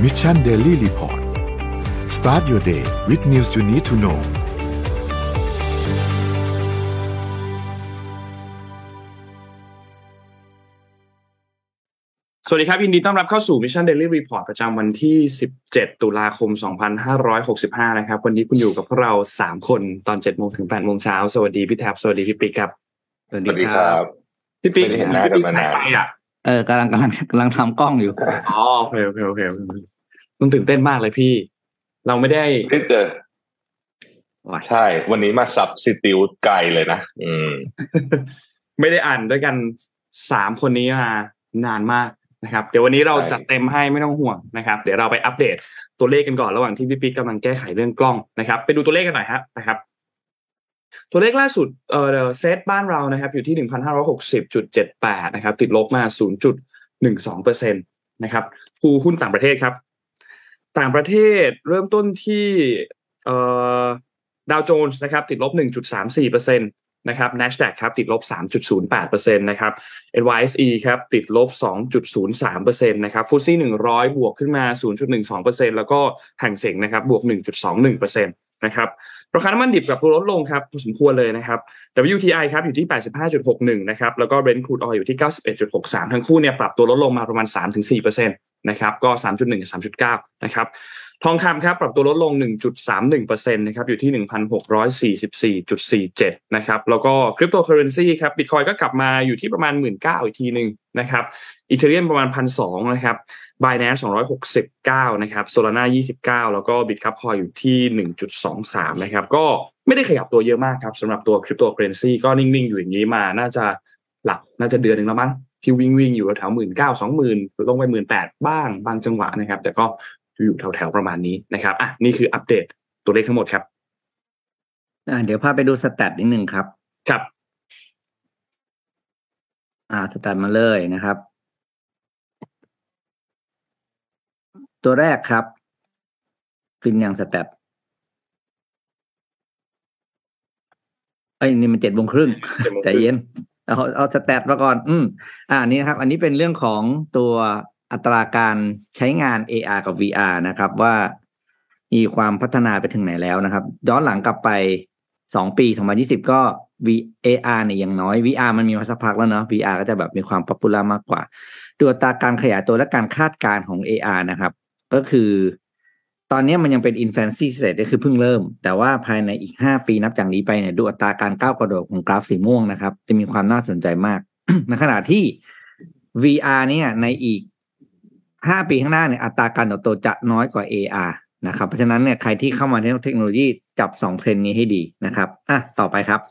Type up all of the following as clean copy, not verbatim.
Mission Daily Report Start your day with news you need to know สวัสดีครับยินดีต้อนรับเข้าสู่ Mission Daily Report ประจำวันที่17ตุลาคม2565นะครับวันนี้คุณอยู่กับพวกเรา3คนตอน 7:00 นถึง 8:00 นเช้าสวัสดีพี่แท็บสวัสดีพี่ปิ๊กครับสวัสดีครับพี่ปิ๊กไม่ได้เห็นหน้ากันมานานกำลังทำกล้องอยู่อ๋อโอเคต้องตื่นเต้นมากเลยพี่เราไม่ได้เจอใช่วันนี้มาซับสติวไกลเลยนะไม่ได้อ่านด้วยกัน3คนนี้มานานมากนะครับเดี๋ยววันนี้เราจัดเต็มให้ไม่ต้องห่วงนะครับเดี๋ยวเราไปอัปเดตตัวเลขกันก่อนระหว่างที่พี่ปิ๊กกำลังแก้ไขเรื่องกล้องนะครับไปดูตัวเลขกันหน่อยนะครับตัวเลขล่าสุดเซตบ้านเรานะครับอยู่ที่ 1,560.78 นะครับติดลบมา 0.12% นะครับหุ้นต่างประเทศครับต่างประเทศเริ่มต้นที่ดาวโจนส์นะครับติดลบ 1.34% นะครับ NASDAQ ครับติดลบ 3.08% นะครับ NYSE ครับติดลบ 2.03% นะครับ FTSE 100บวกขึ้นมา 0.12% แล้วก็ห่างเส็งนะครับบวก 1.21% นะครับราคาน้ำมันดิบปรับตัวลดลงครับพอสมควรเลยนะครับ WTI ครับอยู่ที่ 85.61 นะครับแล้วก็ Brent crude oil อยู่ที่ 91.63 ทั้งคู่เนี่ยปรับตัวลดลงมาประมาณ 3-4% นะครับก็ 3.1 กับ 3.9 นะครับทองคำครับปรับตัวลดลง 1.31% นะครับอยู่ที่ 1,644.47 นะครับแล้วก็คริปโตเคอเรนซีครับ Bitcoin ก็กลับมาอยู่ที่ประมาณ 19,000 อีกทีนึงนะครับอีเธเรียมประมาณ 1,200 นะครับ Binance 269นะครับ Solana 29แล้วก็ Bitcoin อยู่ที่ 1.23 นะครับก็ไม่ได้ขยับตัวเยอะมากครับสำหรับตัวคริปโตเคอเรนซีก็นิ่งๆอยู่อย่างนี้มาน่าจะเดือนนึงแล้วมั้งที่วิ่งอยู่แถว 19,000 20,000 ลงไป 18,000 บ้างบางจังหวะนะครับแต่ก็อยู่แถวๆประมาณนี้นะครับนี่คืออัปเดตตัวเลขทั้งหมดครับเดี๋ยวพาไปดูสแตทนิดนึงครับครับสแตทมาเลยนะครับตัวแรกครับขึ้นยังสแตทนี่มัน 7:30 นใจเย็นเอาสแตทมาก่อนนี่นะครับอันนี้เป็นเรื่องของตัวอัตราการใช้งาน AR กับ VR นะครับว่ามีความพัฒนาไปถึงไหนแล้วนะครับย้อนหลังกลับไป2ปี2020ก็ AR เนี่ยยังน้อย VR มันมีมาสักพักแล้วเนาะ VR ก็จะแบบมีความป๊อปปูล่ามากกว่าดูอัตราการขยายตัวและการคาดการณ์ของ AR นะครับก็คือตอนนี้มันยังเป็น infancy stage ก็คือเพิ่งเริ่มแต่ว่าภายในอีก5ปีนับจากนี้ไปเนี่ยดูอัตราการก้าวกระโดดของกราฟสีม่วงนะครับจะมีความน่าสนใจมาก ในขณะที่ VR เนี่ยในอีก5ปีข้างหน้าเนี่ยอัตราการเติบโตจะน้อยกว่า AR นะครับเพราะฉะนั้นเนี่ยใครที่เข้ามาในเทคโนโลยีจับ2เทรนด์นี้ให้ดีนะครับต่อไปครับ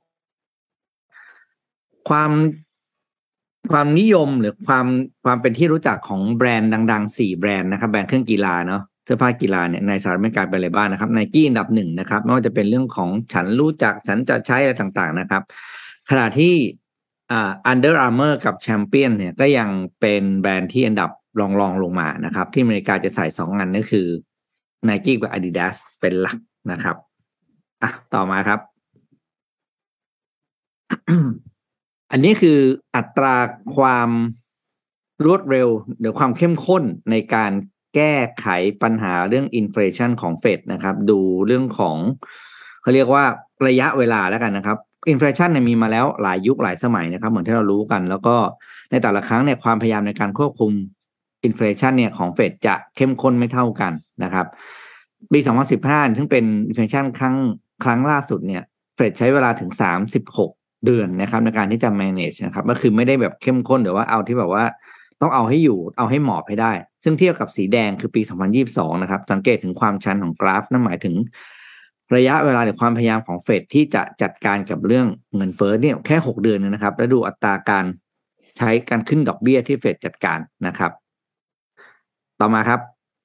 ความนิยมหรือความเป็นที่รู้จักของแบรนด์ดังๆ4แบรนด์นะครับแบรนด์เครื่องกีฬาเนาะเสื้อผ้ากีฬาเนี่ยในสหรัฐอเมริกาเป็นอะไรบ้างนะครับ Nike อันดับ1นะครับไม่ว่าจะเป็นเรื่องของฉันรู้จักฉันจะใช้อะไรต่างๆนะครับขณะที่Under Armour กับ Champion เนี่ยก็ยังเป็นแบรนด์ที่อันดับรองลงมานะครับที่อเมริกาจะใส่2อันก็คือ Nike กับ Adidas เป็นหลักนะครับต่อมาครับ อันนี้คืออัตราความรวดเร็วหรือความเข้มข้นในการแก้ไขปัญหาเรื่องอินเฟลชันของเฟดนะครับดูเรื่องของเขาเรียกว่าระยะเวลาแล้วกันนะครับอินเฟลชันเนี่ยมีมาแล้วหลายยุคหลายสมัยนะครับเหมือนที่เรารู้กันแล้วก็ในแต่ละครั้งเนี่ยความพยายามในการควบคุมอินเฟลชันเนี่ยของเฟดจะเข้มข้นไม่เท่ากันนะครับปี2015ซึ่งเป็นอินเฟลชันครั้งล่าสุดเนี่ยเฟดใช้เวลาถึง36เดือนนะครับในการที่จะ manage นะครับก็คือไม่ได้แบบเข้มข้นหรือว่าเอาที่แบบว่าต้องเอาให้อยู่เอาให้หมอบให้ได้ซึ่งเทียบกับสีแดงคือปี2022นะครับสังเกตถึงความชันของกราฟนั่นหมายถึงระยะเวลาหรือความพยายามของเฟดที่จะจัดการกับเรื่องเงินเฟ้อเนี่ยแค่6เดือนนะครับแล้วดูอัตราการใช้การขึ้นดอกเบี้ยที่เฟดจัดการนะครับต่อมาครับ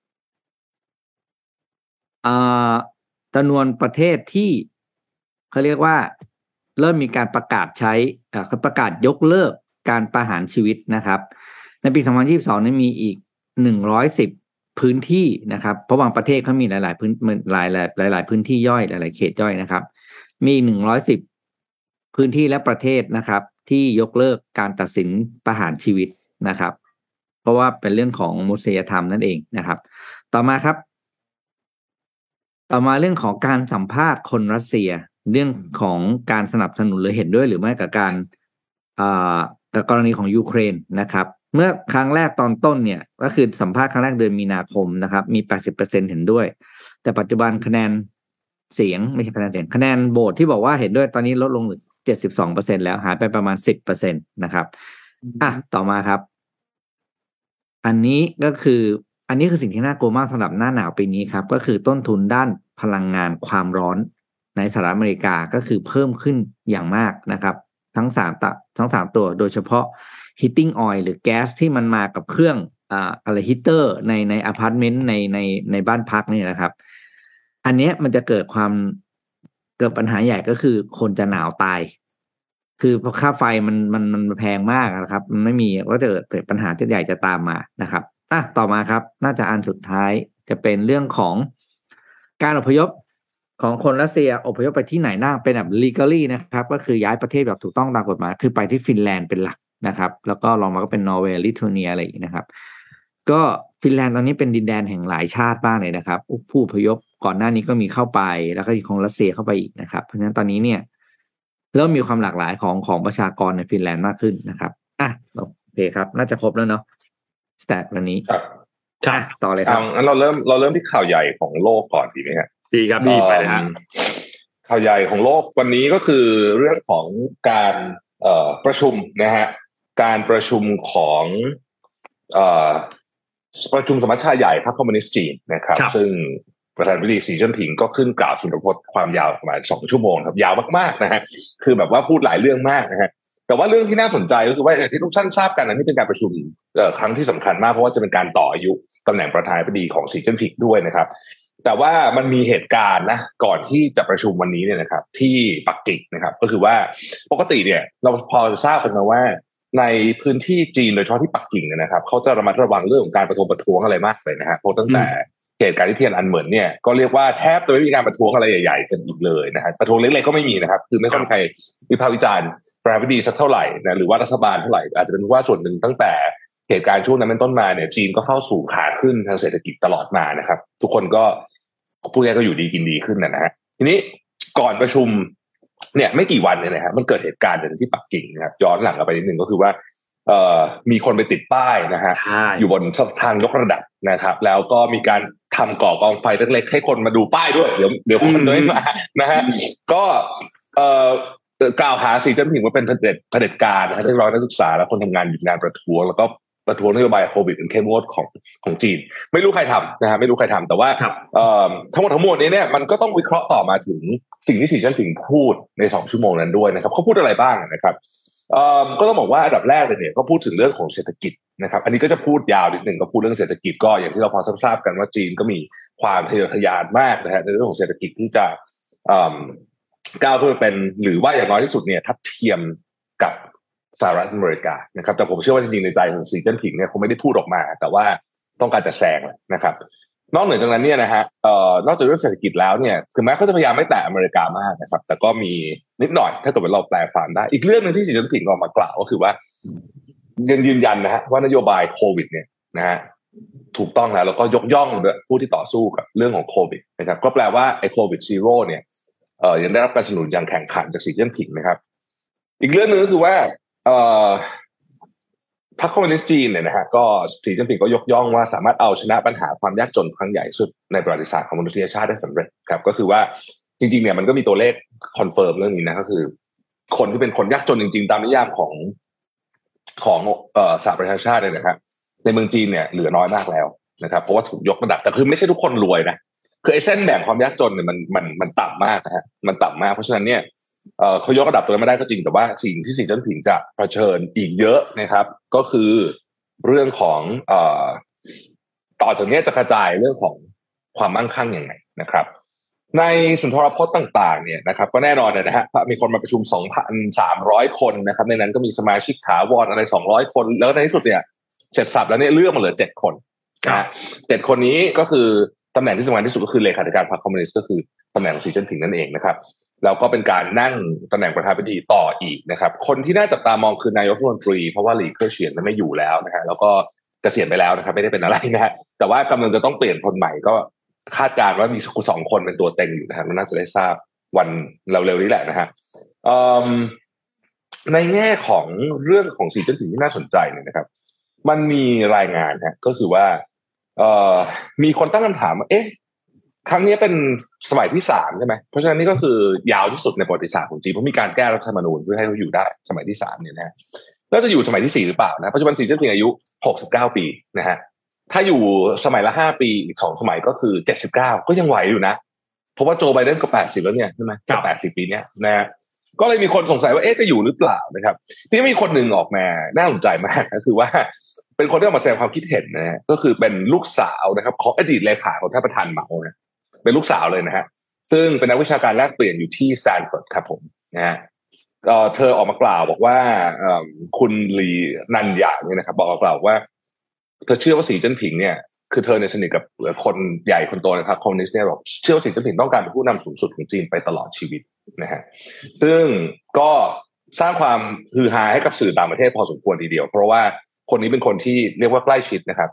จำนวนประเทศที่เขาเรียกว่าเริ่มมีการประกาศใช้ประกาศยกเลิกการประหารชีวิตนะครับในปี2022นี้มีอีก110พื้นที่นะครับเพราะบางประเทศเขามีหลายๆพื้นหลายพื้นที่ย่อยหลายๆเขตย่อยนะครับมี110พื้นที่และประเทศนะครับที่ยกเลิกการตัดสินประหารชีวิตนะครับเพราะว่าเป็นเรื่องของมนุษยธรรมนั่นเองนะครับต่อมาครับต่อมาเรื่องของการสัมภาษณ์คนรัสเซียเรื่องของการสนับสนุนหรือเห็นด้วยหรือไม่กับการกับกรณีของยูเครนนะครับเมื่อครั้งแรกตอนต้นเนี่ยก็คือสัมภาษณ์ครั้งแรกเดือนมีนาคมนะครับมี 80% เห็นด้วยแต่ปัจจุบันคะแนนเสียงไม่ใช่คะแนนเสียงคะแนนโหวตที่บอกว่าเห็นด้วยตอนนี้ลดลงเหลือ 72% แล้วหายไปประมาณ 10% นะครับต่อมาครับอันนี้คือสิ่งที่น่ากลัวมากสำหรับหน้าหนาวปีนี้ครับก็คือต้นทุนด้านพลังงานความร้อนในสหรัฐอเมริกาก็คือเพิ่มขึ้นอย่างมากนะครับทั้ง3ตัวโดยเฉพาะ heating oil หรือแก๊สที่มันมากับเครื่องอะไรฮีเตอร์ในอพาร์ตเมนต์ในบ้านพักนี่นะครับอันนี้มันจะเกิดปัญหาใหญ่ก็คือคนจะหนาวตายคือเพราะค่าไฟมันแพงมากนะครับมันไม่มีก็จะเกิดปัญหาที่ใหญ่จะตามมานะครับต่อมาครับน่าจะอันสุดท้ายจะเป็นเรื่องของการอพยพของคนรัสเซียอพยพไปที่ไหนน่าเป็นแบบ legally นะครับก็คือย้ายประเทศแบบถูกต้องตามกฎหมายคือไปที่ฟินแลนด์เป็นหลักนะครับแล้วก็ลองมาก็เป็นนอร์เวย์ลิทัวเนียอะไรอย่างนี้นะครับก็ฟินแลนด์ตอนนี้เป็นดินแดนแห่งหลายชาติบ้างเลยนะครับผู้อพยพก่อนหน้านี้ก็มีเข้าไปแล้วก็มีของรัสเซียเข้าไปอีกนะครับเพราะฉะนั้นตอนนี้เนี่ยเริ่มมีความหลากหลายของประชากรในฟินแลนด์มากขึ้นนะครับโอเคครับน่าจะครบแล้วเนาะสแตทวันนี้ต่อเลยครับงั้นเราเริ่มที่ข่าวใหญ่ของโลกก่อนดีไหมครับดีครับดีไปเลยครับข่าวใหญ่ของโลกวันนี้ก็คือเรื่องของการประชุมนะฮะการประชุมของประชุมสมัชชาใหญ่พรรคคอมมิวนิสต์จีนนะครับซึ่งประธานาธิบดีสีจิ้นผิงก็ขึ้นกล่าวสุนทรพจน์ความยาวประมาณ2 ชั่วโมงครับยาวมากๆนะฮะคือแบบว่าพูดหลายเรื่องมากนะฮะแต่ว่าเรื่องที่น่าสนใจก็คือว่าที่ทุกท่านทราบกันนี่เป็นการประชุมครั้งที่สำคัญมากเพราะว่าจะเป็นการต่ออายุตำแหน่งประธานาธิบดีของสีจิ้นผิงด้วยนะครับแต่ว่ามันมีเหตุการณ์นะก่อนที่จะประชุมวันนี้เนี่ยนะครับที่ปักกิ่งนะครับก็คือว่าปกติเนี่ยเราพอทราบกันมาว่าในพื้นที่จีนโดยเฉพาะที่ปักกิ่งเนี่ยนะครับเขาจะระมัดระวังเรื่องของการประท้วงอะไรมากเลยนะฮะเพราะตั้งแต่เหตุการณ์ที่เทียนอันเหมินเนี่ยก็เรียกว่าแทบจะไม่มีการประท้วงอะไรใหญ่ๆกันอีกเลยนะฮะประท้วงเล็กๆก็ไม่มีนะครับคือไม่ค่อยมีใครวิพากษ์วิจารณ์ประธานาธิบดีสักเท่าไหร่นะหรือว่ารัฐบาลเท่าไหร่อาจจะเป็นว่าส่วนหนึ่งตั้งแต่เหตุการณ์ช่วงนั้นเป็นต้นมาเนี่ยจีนก็เข้าสู่ขาขึ้นทางเศรษฐกิจตลอดมานะครับทุกคนก็พูดง่ายก็อยู่ดีกินดีขึ้นนะฮะทีนี้ก่อนประชุมเนี่ยไม่กี่วันเนี่ยนะฮะมันเกิดเหตุการณ์หนึ่งที่ปักกิ่งนะครับย้อนหลังกลับไปนิดนึงก็คือว่ามีคนไปติดป้ายนะฮะอยู่บนทางยกระดับนะครับแล้วก็มีการทำก่อกองไฟเล็กๆให้คนมาดูป้ายด้วยเดี๋ยวคนจะไม่มานะฮะก็กล่าวหาสีจิ้นผิงว่าเป็นเผด็จการนะฮะเรียกร้องนักศึกษาและคนทำงานหยุดงานประท้วงแล้วก็ประท้วงนโยบายโควิดเป็นเข้มงวดของจีนไม่รู้ใครทำนะฮะไม่รู้ใครทำแต่ว่าทั้งหมดนี้เนี่ยมันก็ต้องวิเคราะห์ต่อมาถึงสิ่งที่สีจิ้นผิงพูดใน2 ชั่วโมงนั้นด้วยนะครับเขาพูดอะไรบ้างนะครับก็ต้องบอกว่าอันดับแรกเลยเนี่ยก็พูดถึงเรื่องของเศรษฐกิจนะครับอันนี้ก็จะพูดยาวนิดนึงก็พูดเรื่องเศรษฐกิจก็อย่างที่เราพอทราบกันว่าจีนก็มีความทะเยอทะยานมากนะฮะในเรื่องของเศรษฐกิจที่จะก้าวขึ้นมาเป็นหรือว่าอย่างน้อยที่สุดเนี่ยทัดเทียมกับสหรัฐอเมริกานะครับแต่ผมเชื่อว่าจริงๆในใจของสีจิ้นผิงเนี่ยคงไม่ได้พูดออกมาแต่ว่าต้องการจะแซงนะครับนอกเหนือจากนั้นเนี่ยนะฮะนอกจากเรื่องเศรษฐกิจแล้วเนี่ยถึงแม้เขาจะพยายามไม่แตะอเมริกามากนะครับแต่ก็มีนิดหน่อยถ้าเกิดเราแปลความได้อีกเรื่องนึงที่สีจิ้นผิงออกมากล่าวก็คือว่ายืนยันนะฮะว่านโยบายโควิดเนี่ยนะฮะถูกต้องแล้วก็ยกย่องด้วยผู้ที่ต่อสู้กับเรื่องของโควิดนะครับก็แปลว่าไอ้โควิดซีโร่เนี่ยยังได้รับการสนับสนุนอย่างแข่งขันจากสีจิ้นผิงนะครับอีกเรื่องนึงก็คือว่าพรรคคอมมิวนิสต์จีนเนี่ยนะฮะก็สีจิ้นผิงก็ยกย่องว่าสามารถเอาชนะปัญหาความยากจนครั้งใหญ่สุดในประวัติศาสตร์ของมนุษยชาติได้สำเร็จครับก็คือว่าจริงๆเนี่ยมันก็มีตัวเลขคอนเฟิร์มเรื่องนี้นะก็คือคนที่เป็นคนยากจนจริงๆตามนิยามของสหประชาชาติเนี่ยนะครับในเมืองจีนเนี่ยเหลือน้อยมากแล้วนะครับเพราะว่าถูกยกระดับแต่คือไม่ใช่ทุกคนรวยนะคือไอ้เส้นแบ่งความยากจนเนี่ยมันต่ำมากนะฮะมันต่ำมากเพราะฉะนั้นเนี่ยเขายกระดับตัวนั้นไม่ได้ก็จริงแต่ว่าสิ่งที่สีจิ้นผิงจะเผชิญอีกเยอะนะครับก็คือเรื่องของต่อจากนี้จะกระจายเรื่องของความมั่งคั่งยังไงนะครับในสุนทรพจน์ต่างๆเนี่ยนะครับก็แน่นอนนะฮะมีคนมาประชุม 2,300 คนนะครับในนั้นก็มีสมาชิกถาวรอะไร200 คนแล้วในที่สุดเนี่ยเสร็จสับแล้วเนี่ยเลือกมาเหลือ7 คนนะ7 คนนี้ก็คือตำแหน่งที่สำคัญที่สุดก็คือเลขาธิการพรรคคอมมิวนิสต์ก็คือตำแหน่งของสีจิ้นผิงนั่นเองนะครับแล้วก็เป็นการนั่งตำแหน่งประธานาธิบดีต่ออีกนะครับคนที่น่าจับตามองคือนายกรัฐมนตรีเพราะว่าหลีเค่อเฉียนไม่อยู่แล้วนะฮะแล้วก็เกษียณไปแล้วนะครับไม่ได้เป็นอะไรนะฮะแต่ว่ากำลังจะต้องเปลี่ยนคนใหม่ก็คาดการณ์ว่ามี2 คนเป็นตัวเต็งอยู่นะครับน่าจะได้ทราบวันเร็วๆนี้แหละนะฮะในแง่ของเรื่องของสีจิ้นผิงที่น่าสนใจเนี่ยนะครับมันมีรายงานฮะก็คือว่ามีคนตั้งคำถามว่าเอ๊ะครั้งนี้เป็นสมัยที่3ใช่ไหมเพราะฉะนั้นนี่ก็คือยาวที่สุดในประวัติศาสตร์ของจีนเพราะมีการแก้รัฐธรรมนูญเพื่อให้เขาอยู่ได้สมัยที่3เนี่ยนะแล้วจะอยู่สมัยที่4หรือเปล่านะปัจจุบันสีจิ้นผิงอายุ69ปีนะฮะถ้าอยู่สมัยละ5ปีอีก2สมัยก็คือ79ก็ยังไหวอยู่นะเพราะว่าโจไบเดนก็80แล้วเนี่ยใช่ไหมก็80ปีเนี้ยนะฮะก็เลยมีคนสงสัยว่าเอ๊ะจะอยู่หรือเปล่านะครับที่มีคนหนึ่งออกมาน่าสนใจมากก็คือว่าเป็นคนที่ออกมาแสดงความคิดเห็นนะฮะก็คือเป็นลูกสาวนะครับของอดีตเลขาของท่านประธานเหมานะเป็นลูกสาวเลยนะฮะซึ่งเป็นนักวิชาการแลกเปลี่ยนอยู่ที่สแตนฟอร์ดครับผมนะฮะเธอออกมากล่าวบอกว่าคุณลีนันยาเนี่ยนะครับบอกกล่าวว่าเธอเชื่อว่าสีจิ้นผิงเนี่ยคือเธอเนี่ยสนิทกับคนใหญ่คนโตในพรรคคอมมิวนิสต์เนี่ยบอกเชื่อว่าสีจิ้นผิงต้องการเป็นผู้นำสูงสุดของจีนไปตลอดชีวิตนะฮะซึ่งก็สร้างความฮือฮาให้กับสื่อต่างประเทศพอสมควรทีเดียวเพราะว่าคนนี้เป็นคนที่เรียกว่าใกล้ชิดนะครับ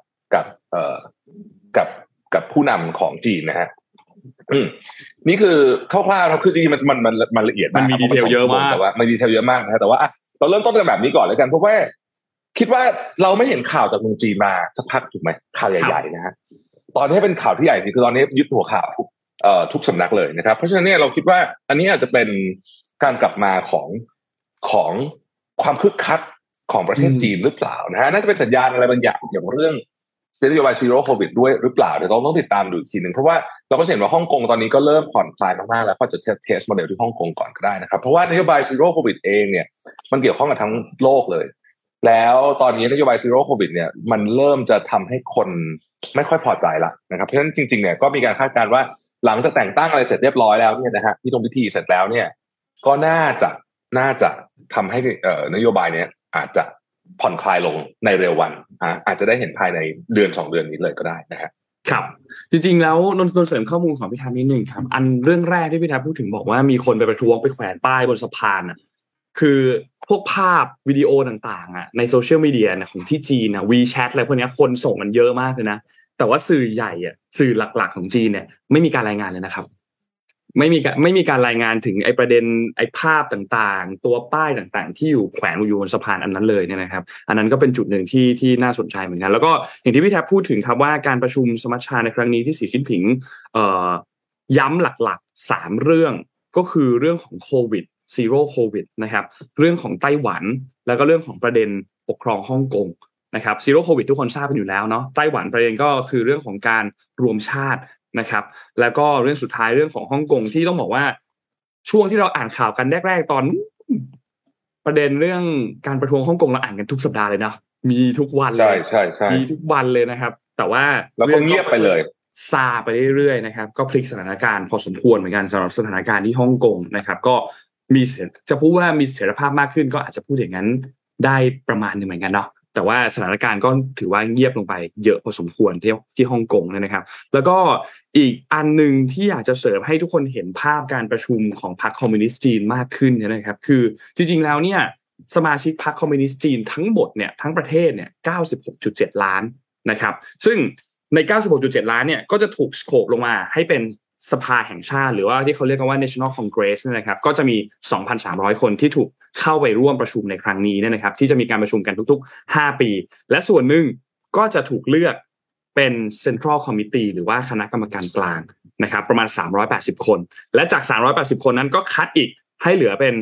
กับผู้นำของจีนนะฮะนี่คือคร่าวๆครับคือจริงๆมันละเอียดมากมันมีดีเทลเยอะมากแต่ว่ามันดีเทลเยอะมากนะแต่ว่าเราเริ่มต้นกันแบบนี้ก่อนเลยกันเพราะว่าคิดว่าเราไม่เห็นข่าวจากเมืองจีนมาสักพักถูกไหมข่าวใหญ่ๆนะฮะตอนนี้เป็นข่าวที่ใหญ่จริงคือตอนนี้ยึดหัวข่าวทุกสำนักเลยนะครับเพราะฉะนั้นเนี่ยเราคิดว่าอันนี้อาจจะเป็นการกลับมาของความคึกคักของประเทศจีนหรือเปล่านะฮะน่าจะเป็นสัญญาณอะไรบางอย่างเกี่ยวกับเรื่องนโยบายซีโร่โควิดด้วยหรือเปล่าเดี๋ยวต้องติดตามดูอีกทีนึงเพราะว่าเราก็เห็นว่าฮ่องกงตอนนี้ก็เริ่มผ่อนคลายมากๆแล้วก็จะเทสโมเดลที่ฮ่องกงก่อนก็ได้นะครับเพราะว่านโยบายซีโร่โควิดเองเนี่ยมันเกี่ยวข้องกับทั้งโลกเลยแล้วตอนนี้นโยบายซีโร่โควิดเนี่ยมันเริ่มจะทำให้คนไม่ค่อยพอใจละนะครับเพราะฉะนั้นจริงๆเนี่ยก็มีการคาดการณ์ว่าหลังจากแต่งตั้งอะไรเสร็จเรียบร้อยแล้วเนี่ยนะฮะพิธีเสร็จแล้วเนี่ยก็น่าจะทำให้นโยบายเนี่ยอาจจะผ่อนคลายลงในเร็ววันอาจจะได้เห็นภายในเดือน2 เดือนนี้เลยก็ได้นะฮะครับจริงๆแล้วนนท์เสริมข้อมูลของพี่ทัพนิดนึงครับอันเรื่องแรกที่พี่ทัพพูดถึงบอกว่ามีคนไปประท้วงไปแขวนป้ายบนสะพานน่ะคือพวกภาพวิดีโอต่างๆในโซเชียลมีเดียของที่จีนWeChat อะไรพวกนี้คนส่งกันเยอะมากเลยนะแต่ว่าสื่อใหญ่สื่อหลักๆของจีนเนี่ยไม่มีการรายงานเลยนะครับไม่มีการรายงานถึงไอ้ประเด็นไอ้ภาพต่างๆตัวป้ายต่างๆที่อยู่แขวนอยู่บนสะพานอันนั้นเลยเนี่ยนะครับอันนั้นก็เป็นจุดหนึ่งที่น่าสนใจเหมือนกันแล้วก็อย่างที่พี่แท็บพูดถึงครับว่าการประชุมสมัชชาในครั้งนี้ที่สีจิ้นผิงย้ำหลักๆ3เรื่องก็คือเรื่องของโควิดซีโร่โควิดนะครับเรื่องของไต้หวันแล้วก็เรื่องของประเด็นปกครองฮ่องกงนะครับซีโร่โควิดทุกคนทราบกันอยู่แล้วเนาะไต้หวันประเด็นก็คือเรื่องของการรวมชาตินะครับแล้วก็เรื่องสุดท้ายเรื่องของฮ่องกงที่ต้องบอกว่าช่วงที่เราอ่านข่าวกันแรกๆตอนประเด็นเรื่องการประท้วงฮ่องกงเราอ่านกันทุกสัปดาห์เลยนะมีทุกวันเลยใช่มีทุกวันเลยนะครับแต่ว่าแล้วก็เงียบไปเลยซาไปเรื่อยๆนะครับก็พลิกสถานการณ์พอสมควรเหมือนกันสำหรับสถานการณ์ที่ฮ่องกงนะครับก็มีจะพูดว่ามีเสถียรภาพมากขึ้นก็อาจจะพูดอย่างนั้นได้ประมาณนึงเหมือนกันเนาะแต่ว่าสถานการณ์ก็ถือว่าเงียบลงไปเยอะพอสมควรที่ฮ่องกงนะครับแล้วก็อีกอันนึงที่อยากจะเสริมให้ทุกคนเห็นภาพการประชุมของพรรคคอมมิวนิสต์จีนมากขึ้นนะครับคือจริงๆแล้วเนี่ยสมาชิกพรรคคอมมิวนิสต์จีนทั้งหมดเนี่ยทั้งประเทศเนี่ย 96.7 ล้านนะครับซึ่งใน 96.7 ล้านเนี่ยก็จะถูกสโคปลงมาให้เป็นสภาแห่งชาติหรือว่าที่เขาเรียกกันว่า National Congress นะครับก็จะมี 2,300 คนที่ถูกเข้าไปร่วมประชุมในครั้งนี้นะครับที่จะมีการประชุมกันทุกๆ5ปีและส่วนหนึ่งก็จะถูกเลือกเป็น Central Committee หรือว่าคณะกรรมการกลางนะครับประมาณ380คนและจาก380คนนั้นก็คัดอีกให้เหลือเป็น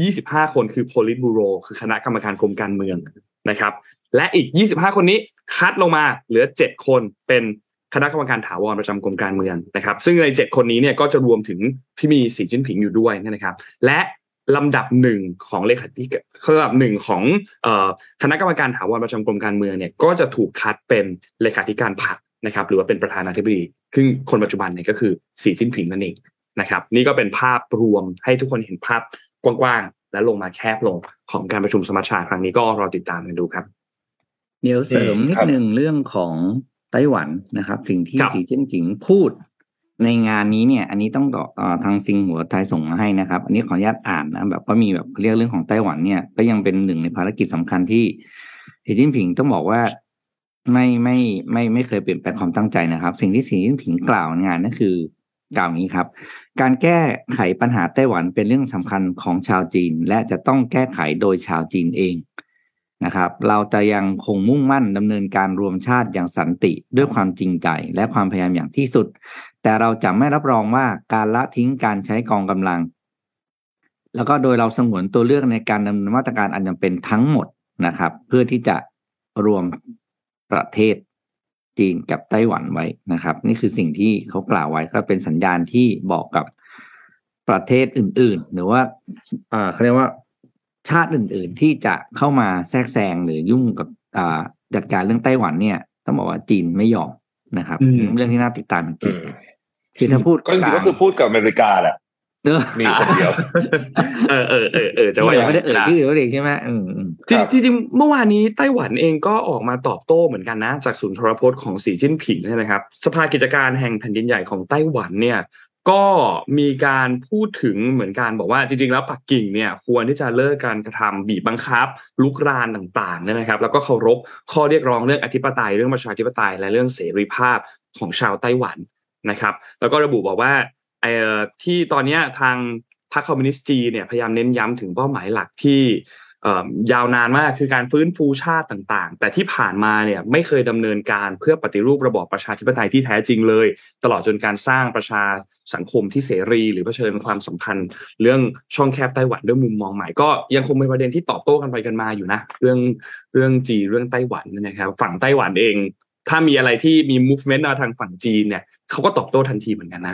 25คนคือ Politburo คือคณะกรรมการกรมการเมืองนะครับและอีก25คนนี้คัดลงมาเหลือ7คนเป็นคณะกรรมการถาวรประจำกรมการเมืองนะครับซึ่งใน7คนนี้เนี่ยก็จะรวมถึงที่มีสีจิ้นผิงอยู่ด้วยนะครับและลำดับ1ของเลขาธิการลำดับ1ของคณะกรรมการถาวรประจำกรมการเมืองเนี่ยก็จะถูกคัดเป็นเลขาธิการพรรคนะครับหรือว่าเป็นประธานาธิบดีซึ่งคนปัจจุบันเนี่ยก็คือสีจิ้นผิงนั่นเองนะครับนี่ก็เป็นภาพรวมให้ทุกคนเห็นภาพกว้างๆและลงมาแคบลงของการประชุมสมัชชาครั้งนี้ก็รอติดตามกันดูครับเดี๋ยวเสริมนิดนึงเรื่องของไต้หวันนะครับสิ่งที่สีจิ้นผิงพูดในงานนี้เนี่ยอันนี้ต้องทางซิงหัวไทยส่งมาให้นะครับอันนี้ขออนุญาตอ่านนะแบบว่ามีแบบเรื่องของไต้หวันเนี่ยก็ยังเป็นหนึ่งในภารกิจสำคัญที่สีจิ้นผิงต้องบอกว่าไม่เคยเปลี่ยนแปลงความตั้งใจนะครับสิ่งที่สีจิ้นผิงกล่าวในงานนั่นคือกล่าวนี้ครับการแก้ไขปัญหาไต้หวันเป็นเรื่องสำคัญของชาวจีนและจะต้องแก้ไขโดยชาวจีนเองนะครับเราจะยังคงมุ่งมั่นดำเนินการรวมชาติอย่างสันติด้วยความจริงใจและความพยายามอย่างที่สุดแต่เราจะไม่รับรองว่าการละทิ้งการใช้กองกำลังแล้วก็โดยเราสงวนตัวเลือกในการดำเนินมาตรการอันจำเป็นทั้งหมดนะครับเพื่อที่จะรวมประเทศจีนกับไต้หวันไว้นะครับนี่คือสิ่งที่เขากล่าวไว้ก็เป็นสัญญาณที่บอกกับประเทศอื่นๆหรือว่าเขาเรียกว่าชาติอื่นๆที่จะเข้ามาแทรกแซงหรือยุ่งกับจัดการเรื่องไต้หวันเนี่ยต้องบอกว่าจีนไม่ยอมนะครับเรื่องที่น่าติดตามจริงคือถ้าพูดก็จริงๆก็คือพูดกับอเมริกาแหละมีคนเดียวจะว่าไม่ได้ชื่อเองใช่ไหมจริงๆเมื่อวานนี้ไต้หวันเองก็ออกมาตอบโต้เหมือนกันนะจากศูนย์โทรพจน์ของสีจิ้นผิงนะครับสภากิจการแห่งแผ่นดินใหญ่ของไต้หวันเนี่ยก็มีการพูดถึงเหมือนกันบอกว่าจริงๆแล้วปักกิ่งเนี่ยควรที่จะเลิกการกระทำบีบบังคับลุกรานต่างๆนะครับแล้วก็เคารพข้อเรียกร้องเรื่องอธิปไตยเรื่องประชาธิปไตยและเรื่องเสรีภาพของชาวไต้หวันนะครับแล้วก็ระบุบอกว่าที่ตอนนี้ทางพรรคคอมมิวนิสต์จีนเนี่ยพยายามเน้นย้ำถึงเป้าหมายหลักที่ยาวนานมากคือการฟื้นฟูชาติต่างๆแต่ที่ผ่านมาเนี่ยไม่เคยดำเนินการเพื่อปฏิรูประบอบประชาธิปไตยที่แท้จริงเลยตลอดจนการสร้างประชาสังคมที่เสรีหรือเผชิญความสัมพันธ์เรื่องช่องแคบไต้หวันด้วยมุมมองใหม่ก็ยังคงเป็นประเด็นที่ตอบโต้กันไปกันมาอยู่นะเรื่องจีนเรื่องไต้หวันนะครับฝั่งไต้หวันเองถ้ามีอะไรที่มี movement ทางฝั่งจีนเนี่ยเขาก็ตอบโต้ทันทีเหมือนกันนะ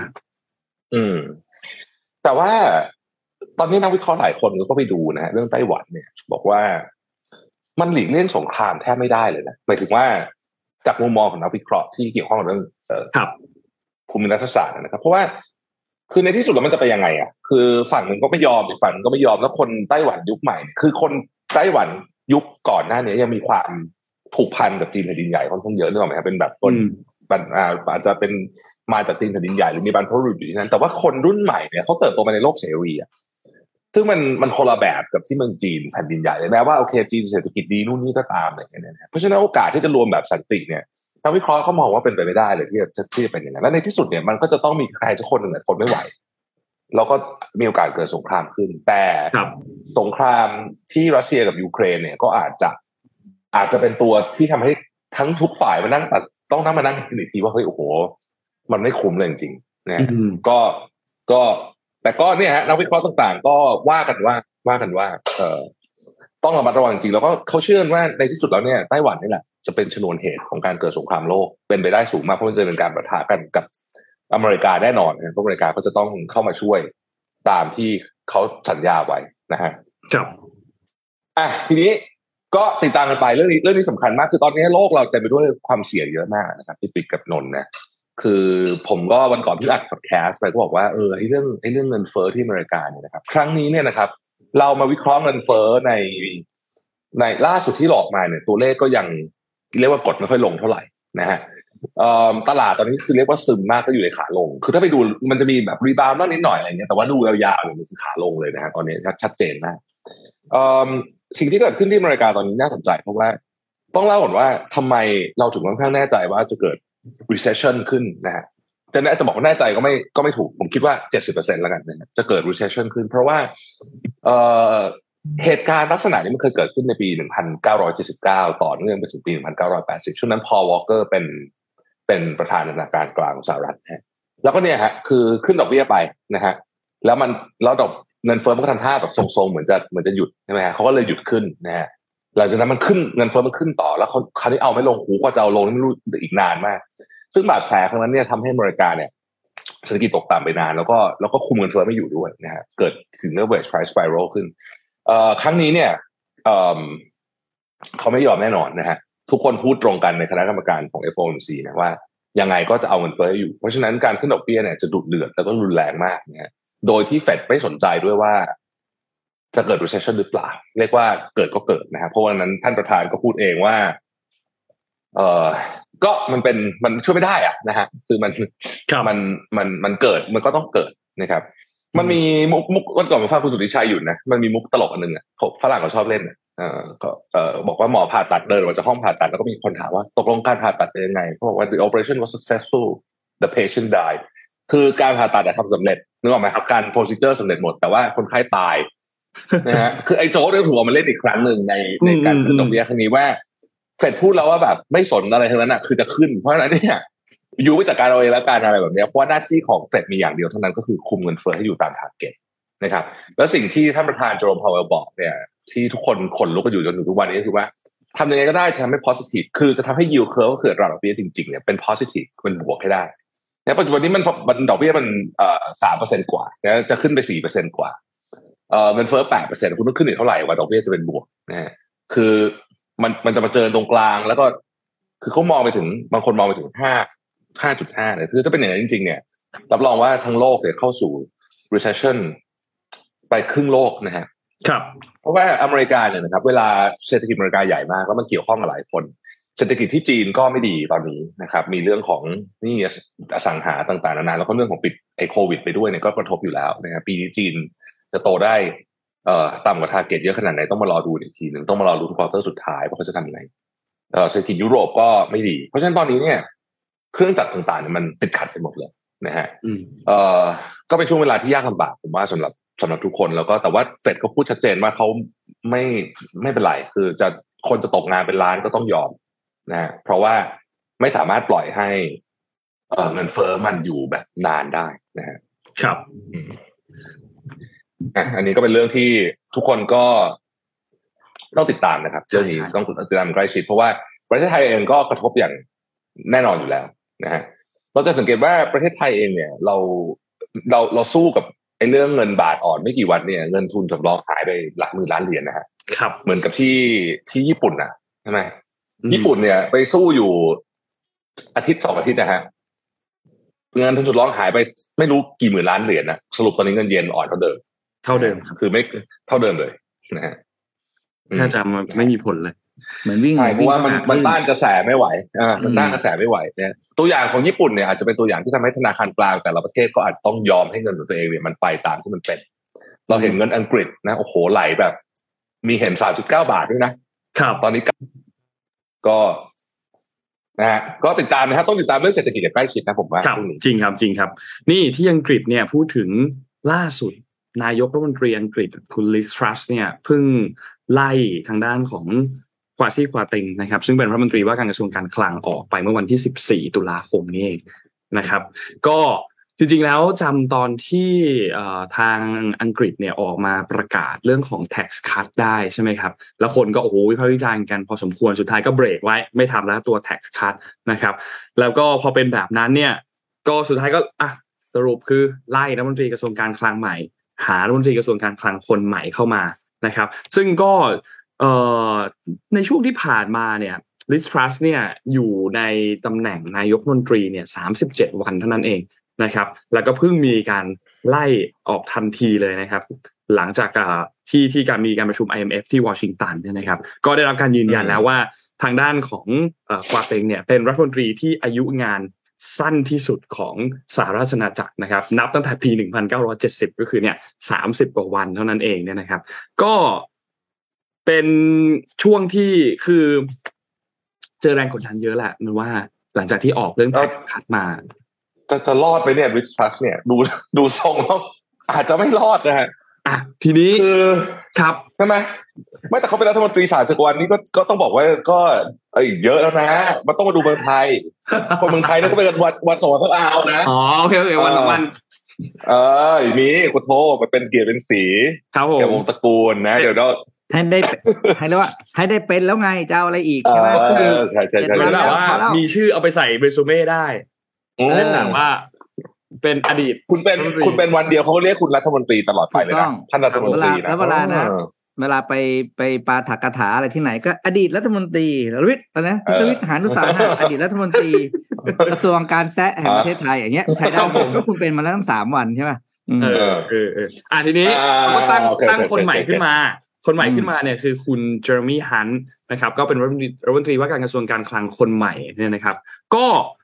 แต่ว่าตอนนี้นักวิเคราะห์หลายคนก็ไปดูนะฮะเรื่องไต้หวันเนี่ยบอกว่ามันหลีกเลี่ยงสงครามแทบไม่ได้เลยนะหมายถึงว่าจากมุมมองของนักวิเคราะห์ที่เกี่ยวข้องกับเรื่องภูมิรัฐศาสตร์นะครับเพราะว่าคือในที่สุดแล้วมันจะไปยังไงอ่ะคือฝั่งหนึ่งก็ไม่ยอมอีกฝั่งนึงก็ไม่ยอมแล้วคนไต้หวันยุคใหม่คือคนไต้หวันยุคก่อนหน้านี้ยังมีความผูกพันกับจีนแผ่นดินใหญ่ค่อนข้างเยอะนึกออกไหมครับเป็นแบบคนอาจจะเป็นมาจากจีนแผ่นดินใหญ่หรือมีบรรพบุรุษอยู่ที่นั่นแต่ว่าคนรุ่นใหม่เนี่ยเขาเติบโตมาในโลกเสรีอ่ะซึ่งมันคนละแบบกับที่เมืองจีนแผ่นดินใหญ่เลยแม้ว่าโอเคจีนเศรษฐกิจดีนู่นนี่ก็ตามอะไรอย่างเงี้ยนะเพราะฉะนั้นโอกาสที่จะรวมแบบสันติเนี่ยนักวิเคราะห์ก็มองว่าเป็นไปไม่ได้เลยที่จะเป็นอย่างนั้นและในที่สุดเนี่ยมันก็จะต้องมีใครสักคนหนึ่งทนไม่ไหวแล้วก็มีโอกาสเกิดสงครามขึ้นแต่สงครามที่รัสเซียกับยูเครนเนี่ยก็อาจจะเป็นตัวที่ทำให้ทั้งทุกฝ่ายมานั่งต้องนั่งมานั่งคิดอีกทีว่าเฮ้ยโอ้โหมันไม่คุ้มเลยจริงๆนะก็แต่ก็เนี่ยฮะนักวิเคราะห์ต่างๆก็ว่ากันว่าต้องระมัดระวังจริงแล้วก็เขาเชื่อว่าในที่สุดแล้วเนี่ยไต้หวันนี่แหละจะเป็นชนวนเหตุของการเกิดสงครามโลกเป็นไปได้สูงมากเพราะมันจะเป็นการปะทะกันกับอเมริกาแน่นอนนะเพราะอเมริกาก็จะต้องเข้ามาช่วยตามที่เขาสัญญาไว้นะฮะครับทีนี้ก็ติดตามกันไปเรื่องนี้สำคัญมากคือตอนนี้โลกเราเต็มไปด้วยความเสี่ยงเยอะมากนะครับที่ปิดกับนนท์นะคือผมก็วันก่อนที่อัดพอดแคสต์ไปก็บอกว่าไอ้เรื่องเงินเฟ้อที่อเมริกาเนี่ยนะครับครั้งนี้เนี่ยนะครับเรามาวิเคราะห์เงินเฟ้อในล่าสุดที่หลอกมาเนี่ยตัวเลขก็ยังเรียกว่ากดไม่ค่อยลงเท่าไหร่นะฮะตลาดตอนนี้คือเรียกว่าซึมมากก็อยู่ในขาลงคือถ้าไปดูมันจะมีแบบรีบาวด์บ้างนิดหน่อยอะไรเงี้ยแต่ว่าดูยาวๆเนี่ยมันคือขาลงเลยนะฮะตอนนี้ชัดเจนมากสิ่งที่เกิดขึ้นที่อเมริกาตอนนี้น่าสนใจเพราะว่าต้องเล่าก่อนว่าทำไมเราถึงค่อนข้างแน่ใจว่าจะเกิด recession ขึ้นนะฮะจะบอกว่าแน่ใจก็ไม่ถูกผมคิดว่า 70% แล้วกันนะจะเกิด recession ขึ้นเพราะว่าเหตุการณ์ลักษณะนี้มันเคยเกิดขึ้นในปี 1979 ต่อเนื่องไปถึงปี 1980 ช่วงนั้นพอล วอลเกอร์เป็นประธานธนาคารกลางของสหรัฐฮะแล้วก็เนี่ยฮะคือขึ้นดอกเบี้ยไปนะฮะแล้วดอกเงินเฟ้อมันก็ทำท่าแบบทรงๆเหมือนจะหยุดใช่ไหมฮะเขาก็เลยหยุดขึ้นนะฮะหลังจากนั้นมันขึ้นเงินเฟ้อมันขึ้นต่อแล้วคราวนี้เอาไม่ลงกว่าจะเอาลงไม่รู้อีกนานมากซึ่งบาดแผลครั้งนั้นเนี่ยทำให้อเมริกาเนี่ยเศรษฐกิจตกต่ำไปนานแล้วก็คุมเงินเฟ้อไม่อยู่ด้วยนะฮะเกิดถึงเรื่อง wage price spiral ขึ้นครั้งนี้เนี่ยเขาไม่ยอมแน่นอนนะฮะทุกคนพูดตรงกันในคณะกรรมการของ FOMC นะว่ายังไงก็จะเอาเงินเฟ้ออยู่เพราะฉะนั้นการขึ้นดอกเบี้ยเนี่ยจะดุเดือดแล้วก็รุนแรงมากนะฮะโดยที่เฟดไม่สนใจด้วยว่าจะเกิด recession หรือเปล่าเรียกว่าเกิดก็เกิดนะฮะเพราะวันนั้นท่านประธานก็พูดเองว่าก็มันช่วยไม่ได้อะนะฮะคือมันเกิดมันก็ต้องเกิดนะครับมันมีมุกวันก่อนผมฟังคุณสุทธิชัยอยู่นะมันมีมุกตลกอันนึงอ่ะฝรั่งเขาชอบเล่นก็บอกว่าหมอผ่าตัดเดินออกมาจากห้องผ่าตัดแล้วก็มีคนถามว่าตกลงการผ่าตัดเป็นยังไงเขาบอกว่า the operation was successful the patient died คือการผ่าตัดทำสำเร็จนึกออกไหมครับการ procedure สำเร็จหมดแต่ว่าคนไข้ตายนะฮะคือไอ้โจ๊กเนี่ยถูกมาเล่นอีกครั้งหนึ่งในการขึ้นดอกเบี้ยครั้งนี้ว่าเฟดพูดแล้วว่าแบบไม่สนอะไรทั้งนั้นคือจะขึ้นเพราะฉะนั้นเนี่ยยูไปจัดการเอาเองแล้วการอะไรแบบนี้เพราะว่าหน้าที่ของเฟดมีอย่างเดียวเท่านั้นก็คือคุมเงินเฟ้อให้อยู่ตาม target นะครับแล้วสิ่งที่ท่านประธานโจมพาวเวลบอกเนี่ยที่ทุกคนขนลุกกันอยู่จนถึงทุกวันนี้ก็คือว่าทำยังไงก็ได้จะทำให้ positive คือจะทำให้ yield curve ก็คืออัตราดอกเบี้ยจริงๆเนี่ยเป็น positive เป็นบวกให้ได้ในปัจจุบันนี้มันดอกเบี้ยมัน3% กว่านะจะขึ้นไป 4% กว่าเงินเฟ้อ 8% คุณต้องขึ้นอีกเท่าไหร่ว่าดอกเบี้ยจะเป็นบวกนะฮะคือมันจะมาเจอตรงกลางแล้วก็คือเขามองไปถึงบางคนมองไปถึง5.5เลยคือถ้าเป็นอย่างนั้นจริงๆเนี่ยรับรองว่าทั้งโลกเนี่ยเข้าสู่ recession ไปครึ่งโลกนะฮะครับเพราะว่าอเมริกาเนี่ยนะครับเวลาเศรษฐกิจอเมริกาใหญ่มากแล้วมันเกี่ยวข้องกับหลายคนเศรษฐกิจที่จีนก็ไม่ดีตอนนี้นะครับมีเรื่องของนี่อสังหาต่างๆนานาแล้วก็เรื่องของปิดไอ้โควิดไปด้วยเนี่ยก็กระทบอยู่แล้วนะครับปีนี้จีนจะโตได้ต่ำกว่า target เยอะขนาดไหนต้องมารอดูอีกทีนึงต้องมารอลุ้นควอเตอร์สุดท้ายว่าเขาจะทำยังไงเศรษฐกิจยุโรปก็ไม่ดีเพราะฉะนั้นตอนนี้เนี่ยเครื่องจักรต่างๆเนี่ยมันติดขัดไปหมดเลยนะฮะก็เป็นช่วงเวลาที่ยากลำบากผมว่าสำหรับทุกคนแล้วก็แต่ว่าเฟดก็พูดชัดเจนว่าเขาไม่เป็นไรคือคนจะตกงานเป็นล้านก็ต้องยอมนะเพราะว่าไม่สามารถปล่อยให้เงินเฟ้อมันอยู่แบบนานได้นะฮะครับอันนี้ก็เป็นเรื่องที่ทุกคนก็ต้องติดตามนะครับเรื่องนี้ต้องติดตามใกล้ชิดเพราะว่าประเทศไทยเองก็กระทบอย่างแน่นอนอยู่แล้วนะฮะเราจะสังเกตว่าประเทศไทยเองเนี่ยเราสู้กับไอ้เรื่องเงินบาทอ่อนไม่กี่วันเนี่ยเงินทุนสำรองหายไปหลักหมื่นล้านเหรียญนะฮะครับเหมือนกับที่ญี่ปุ่นนะใช่ไหมญี่ปุ่นเนี่ยไปสู้อยู่อาทิตย์2 อาทิตย์นะฮะเงินทุนสำรองหายไปไม่รู้กี่หมื่นล้านเหรียญนะสรุปตอนนี้เงินเยนอ่อนเท่าเดิมคือไม่เท่าเดิมเลยนะฮะน่าจะไม่มีผลเลยเหมือนวิ่งเพราะว่ามันต้านกระแสไม่ไหวมันต้านกระแสไม่ไหวเนี่ยตัวอย่างของญี่ปุ่นเนี่ยอาจจะเป็นตัวอย่างที่ทำให้ธนาคารกลางแต่ละประเทศก็อาจต้องยอมให้เงินของตัวเองเนี่ยมันไปตามที่มันเป็นเราเห็นเงินอังกฤษนะโอ้โหไหลแบบมีเห็น39 บาทด้วยนะครับตอนนี้ก็นะฮะก็ติดตามนะครับต้องติดตามเรื่องเศรษฐกิจอย่างใกล้ชิดนะผมว่าจริงครับนี่ที่อังกฤษเนี่ยพูดถึงล่าสุดนายกรัฐมนตรีอังกฤษคุณลิซ ทรัสเนี่ยเพิ่งไล่ทางด้านของควาติงนะครับซึ่งเป็นรัฐมนตรีว่าการกระทรวงการคลังออกไปเมื่อวันที่14 ตุลาคมนี้เองนะครับก็จริงๆแล้วจำตอนที่ทางอังกฤษเนี่ยออกมาประกาศเรื่องของ tax cut ได้ใช่ไหมครับแล้วคนก็โอ้โหวิพากษ์วิจารณ์กันพอสมควรสุดท้ายก็เบรกไว้ไม่ทำแล้วตัว tax cut นะครับแล้วก็พอเป็นแบบนั้นเนี่ยก็สุดท้ายก็สรุปคือไล่รัฐมนตรีกระทรวงการคลังใหม่หารัฐมนตรีกระทรวงการคลังคนใหม่เข้ามานะครับซึ่งก็ในช่วงที่ผ่านมาเนี่ยลิซ ทรัสเนี่ยอยู่ในตำแหน่งนายกรัฐมนตรีเนี่ย37 วันเท่านั้นเองนะครับแล้วก็เพิ่งมีการไล่ออกทันทีเลยนะครับหลังจากที่มีการประชุม IMF ที่วอชิงตันเนี่ยนะครับก็ได้รับการยืนยันแล้วว่าทางด้านของควาเต็งเนี่ยเป็นรัฐมนตรีที่อายุงานสั้นที่สุดของสหราชอาณาจักรนะครับนับตั้งแต่ปี 1970 ก็คือเนี่ย30 กว่าวันเท่านั้นเองเนี่ยนะครับก็เป็นช่วงที่คือเจอแรงกดดันเยอะแหละมันว่าหลังจากที่ออกเรื่องถัดมาจะรอดไปเนี่ยริชพลัสเนี่ยดูทรงแล้วอาจจะไม่รอดนะฮะทีนี้คือครับใช่ไหมไม่แต่เขาเป็นรัฐมนตรี30 วันนี้ก็ต้องบอกว่าก็เยอะแล้วนะมันต้องมาดูเมืองไทยคนเมืองไทยนี่ก็เป็นวัน2 วันต้องเอานะอ๋อโอเควัน2 วันมีคุณโทมันเป็นเกียรติเป็นสีครับผมแกวงตระกูลนะเดี๋ยวเราให้ได้เป็นแล้วไงจะเอาอะไรอีกใช่ไหมใช่แบบว่ามีชื่อเอาไปใส่เรซูเม่ได้เล่นแบบว่าเป็นอดีตคุณเป็นวันเดียวเขาเรียกคุณรัฐมนตรีตลอดไปเลยนะท่านรัฐมนตรีนะแล้วเวลานะเวลาไปปาฐกถาอะไรที่ไหนก็อดีตรัฐมนตรีวิทย์อะไรนะวิทย์หานุสาหะอดีตรัฐมนตรีกระทรวงการแซะแห่งประเทศไทยอย่างเงี้ยใช้ได้ก็คุณเป็นมาแล้วทั้ง3 วันใช่ป่ะทีนี้เขาก็ตั้งคนใหม่ขึ้นมาเนี่ยคือคุณเจอร์มี่ฮันต์นะครับก็เป็นรัฐมนตรีว่าการกระทรวงการคลังคนใหม่เนี่ยนะครับก็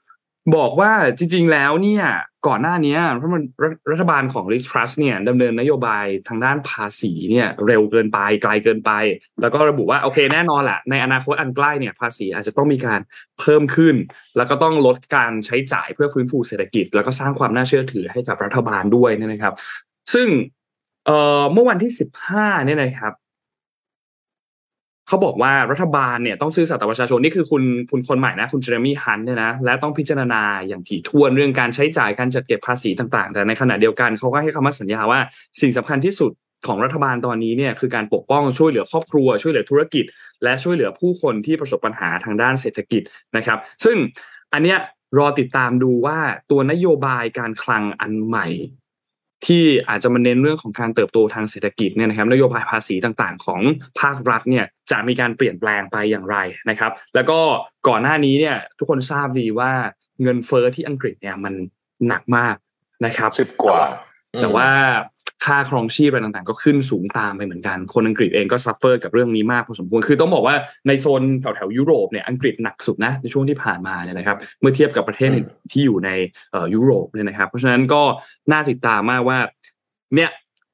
บอกว่าจริงๆแล้วเนี่ยก่อนหน้านี้รัฐบาลของลิสทรัสเนี่ยดำเนินนโยบายทางด้านภาษีเนี่ยเร็วเกินไปไกลเกินไปแล้วก็ระบุว่าโอเคแน่นอนแหละในอนาคตอันใกล้เนี่ยภาษีอาจจะต้องมีการเพิ่มขึ้นแล้วก็ต้องลดการใช้จ่ายเพื่อฟื้นฟูเศรษฐกิจแล้วก็สร้างความน่าเชื่อถือให้กับรัฐบาลด้วยนะครับซึ่งเมื่อวันที่15เนี่ยนะครับเขาบอกว่ารัฐบาลเนี่ยต้องซื่อสัตย์ต่อประชาชนนี่คือคุณคนใหม่นะคุณเจเรมี่ฮันต์เนี่ยนะและต้องพิจารณาอย่างถี่ถ้วนเรื่องการใช้จ่ายการจัดเก็บภาษีต่างๆแต่ในขณะเดียวกันเขาก็ให้คำมั่นสัญญาว่าสิ่งสำคัญที่สุดของรัฐบาลตอนนี้เนี่ยคือการปกป้องช่วยเหลือครอบครัวช่วยเหลือธุรกิจและช่วยเหลือผู้คนที่ประสบปัญหาทางด้านเศรษฐกิจนะครับซึ่งอันเนี้ยรอติดตามดูว่าตัวนโยบายการคลังอันใหม่ที่อาจจะมาเน้นเรื่องของการเติบโตทางเศรษฐกิจเนี่ยนะครับนโยบายภาษีต่างๆของภาครัฐเนี่ยจะมีการเปลี่ยนแปลงไปอย่างไรนะครับแล้วก็ก่อนหน้านี้เนี่ยทุกคนทราบดีว่าเงินเฟ้อที่อังกฤษเนี่ยมันหนักมากนะครับ 10 กว่าแต่ว่าค่าครองชีพอะไรต่างๆก็ขึ้นสูงตามไปเหมือนกันคนอังกฤษเองก็ซัฟเฟอร์กับเรื่องนี้มากพอสมควรคือต้องบอกว่าในโซนแถวๆยุโรปเนี่ยอังกฤษหนักสุดนะในช่วงที่ผ่านมาเนี่ยนะครับเมื่อเทียบกับประเทศที่อยู่ในยุโรปเนี่ยนะครับเพราะฉะนั้นก็น่าติดตามมากว่าเนี่ย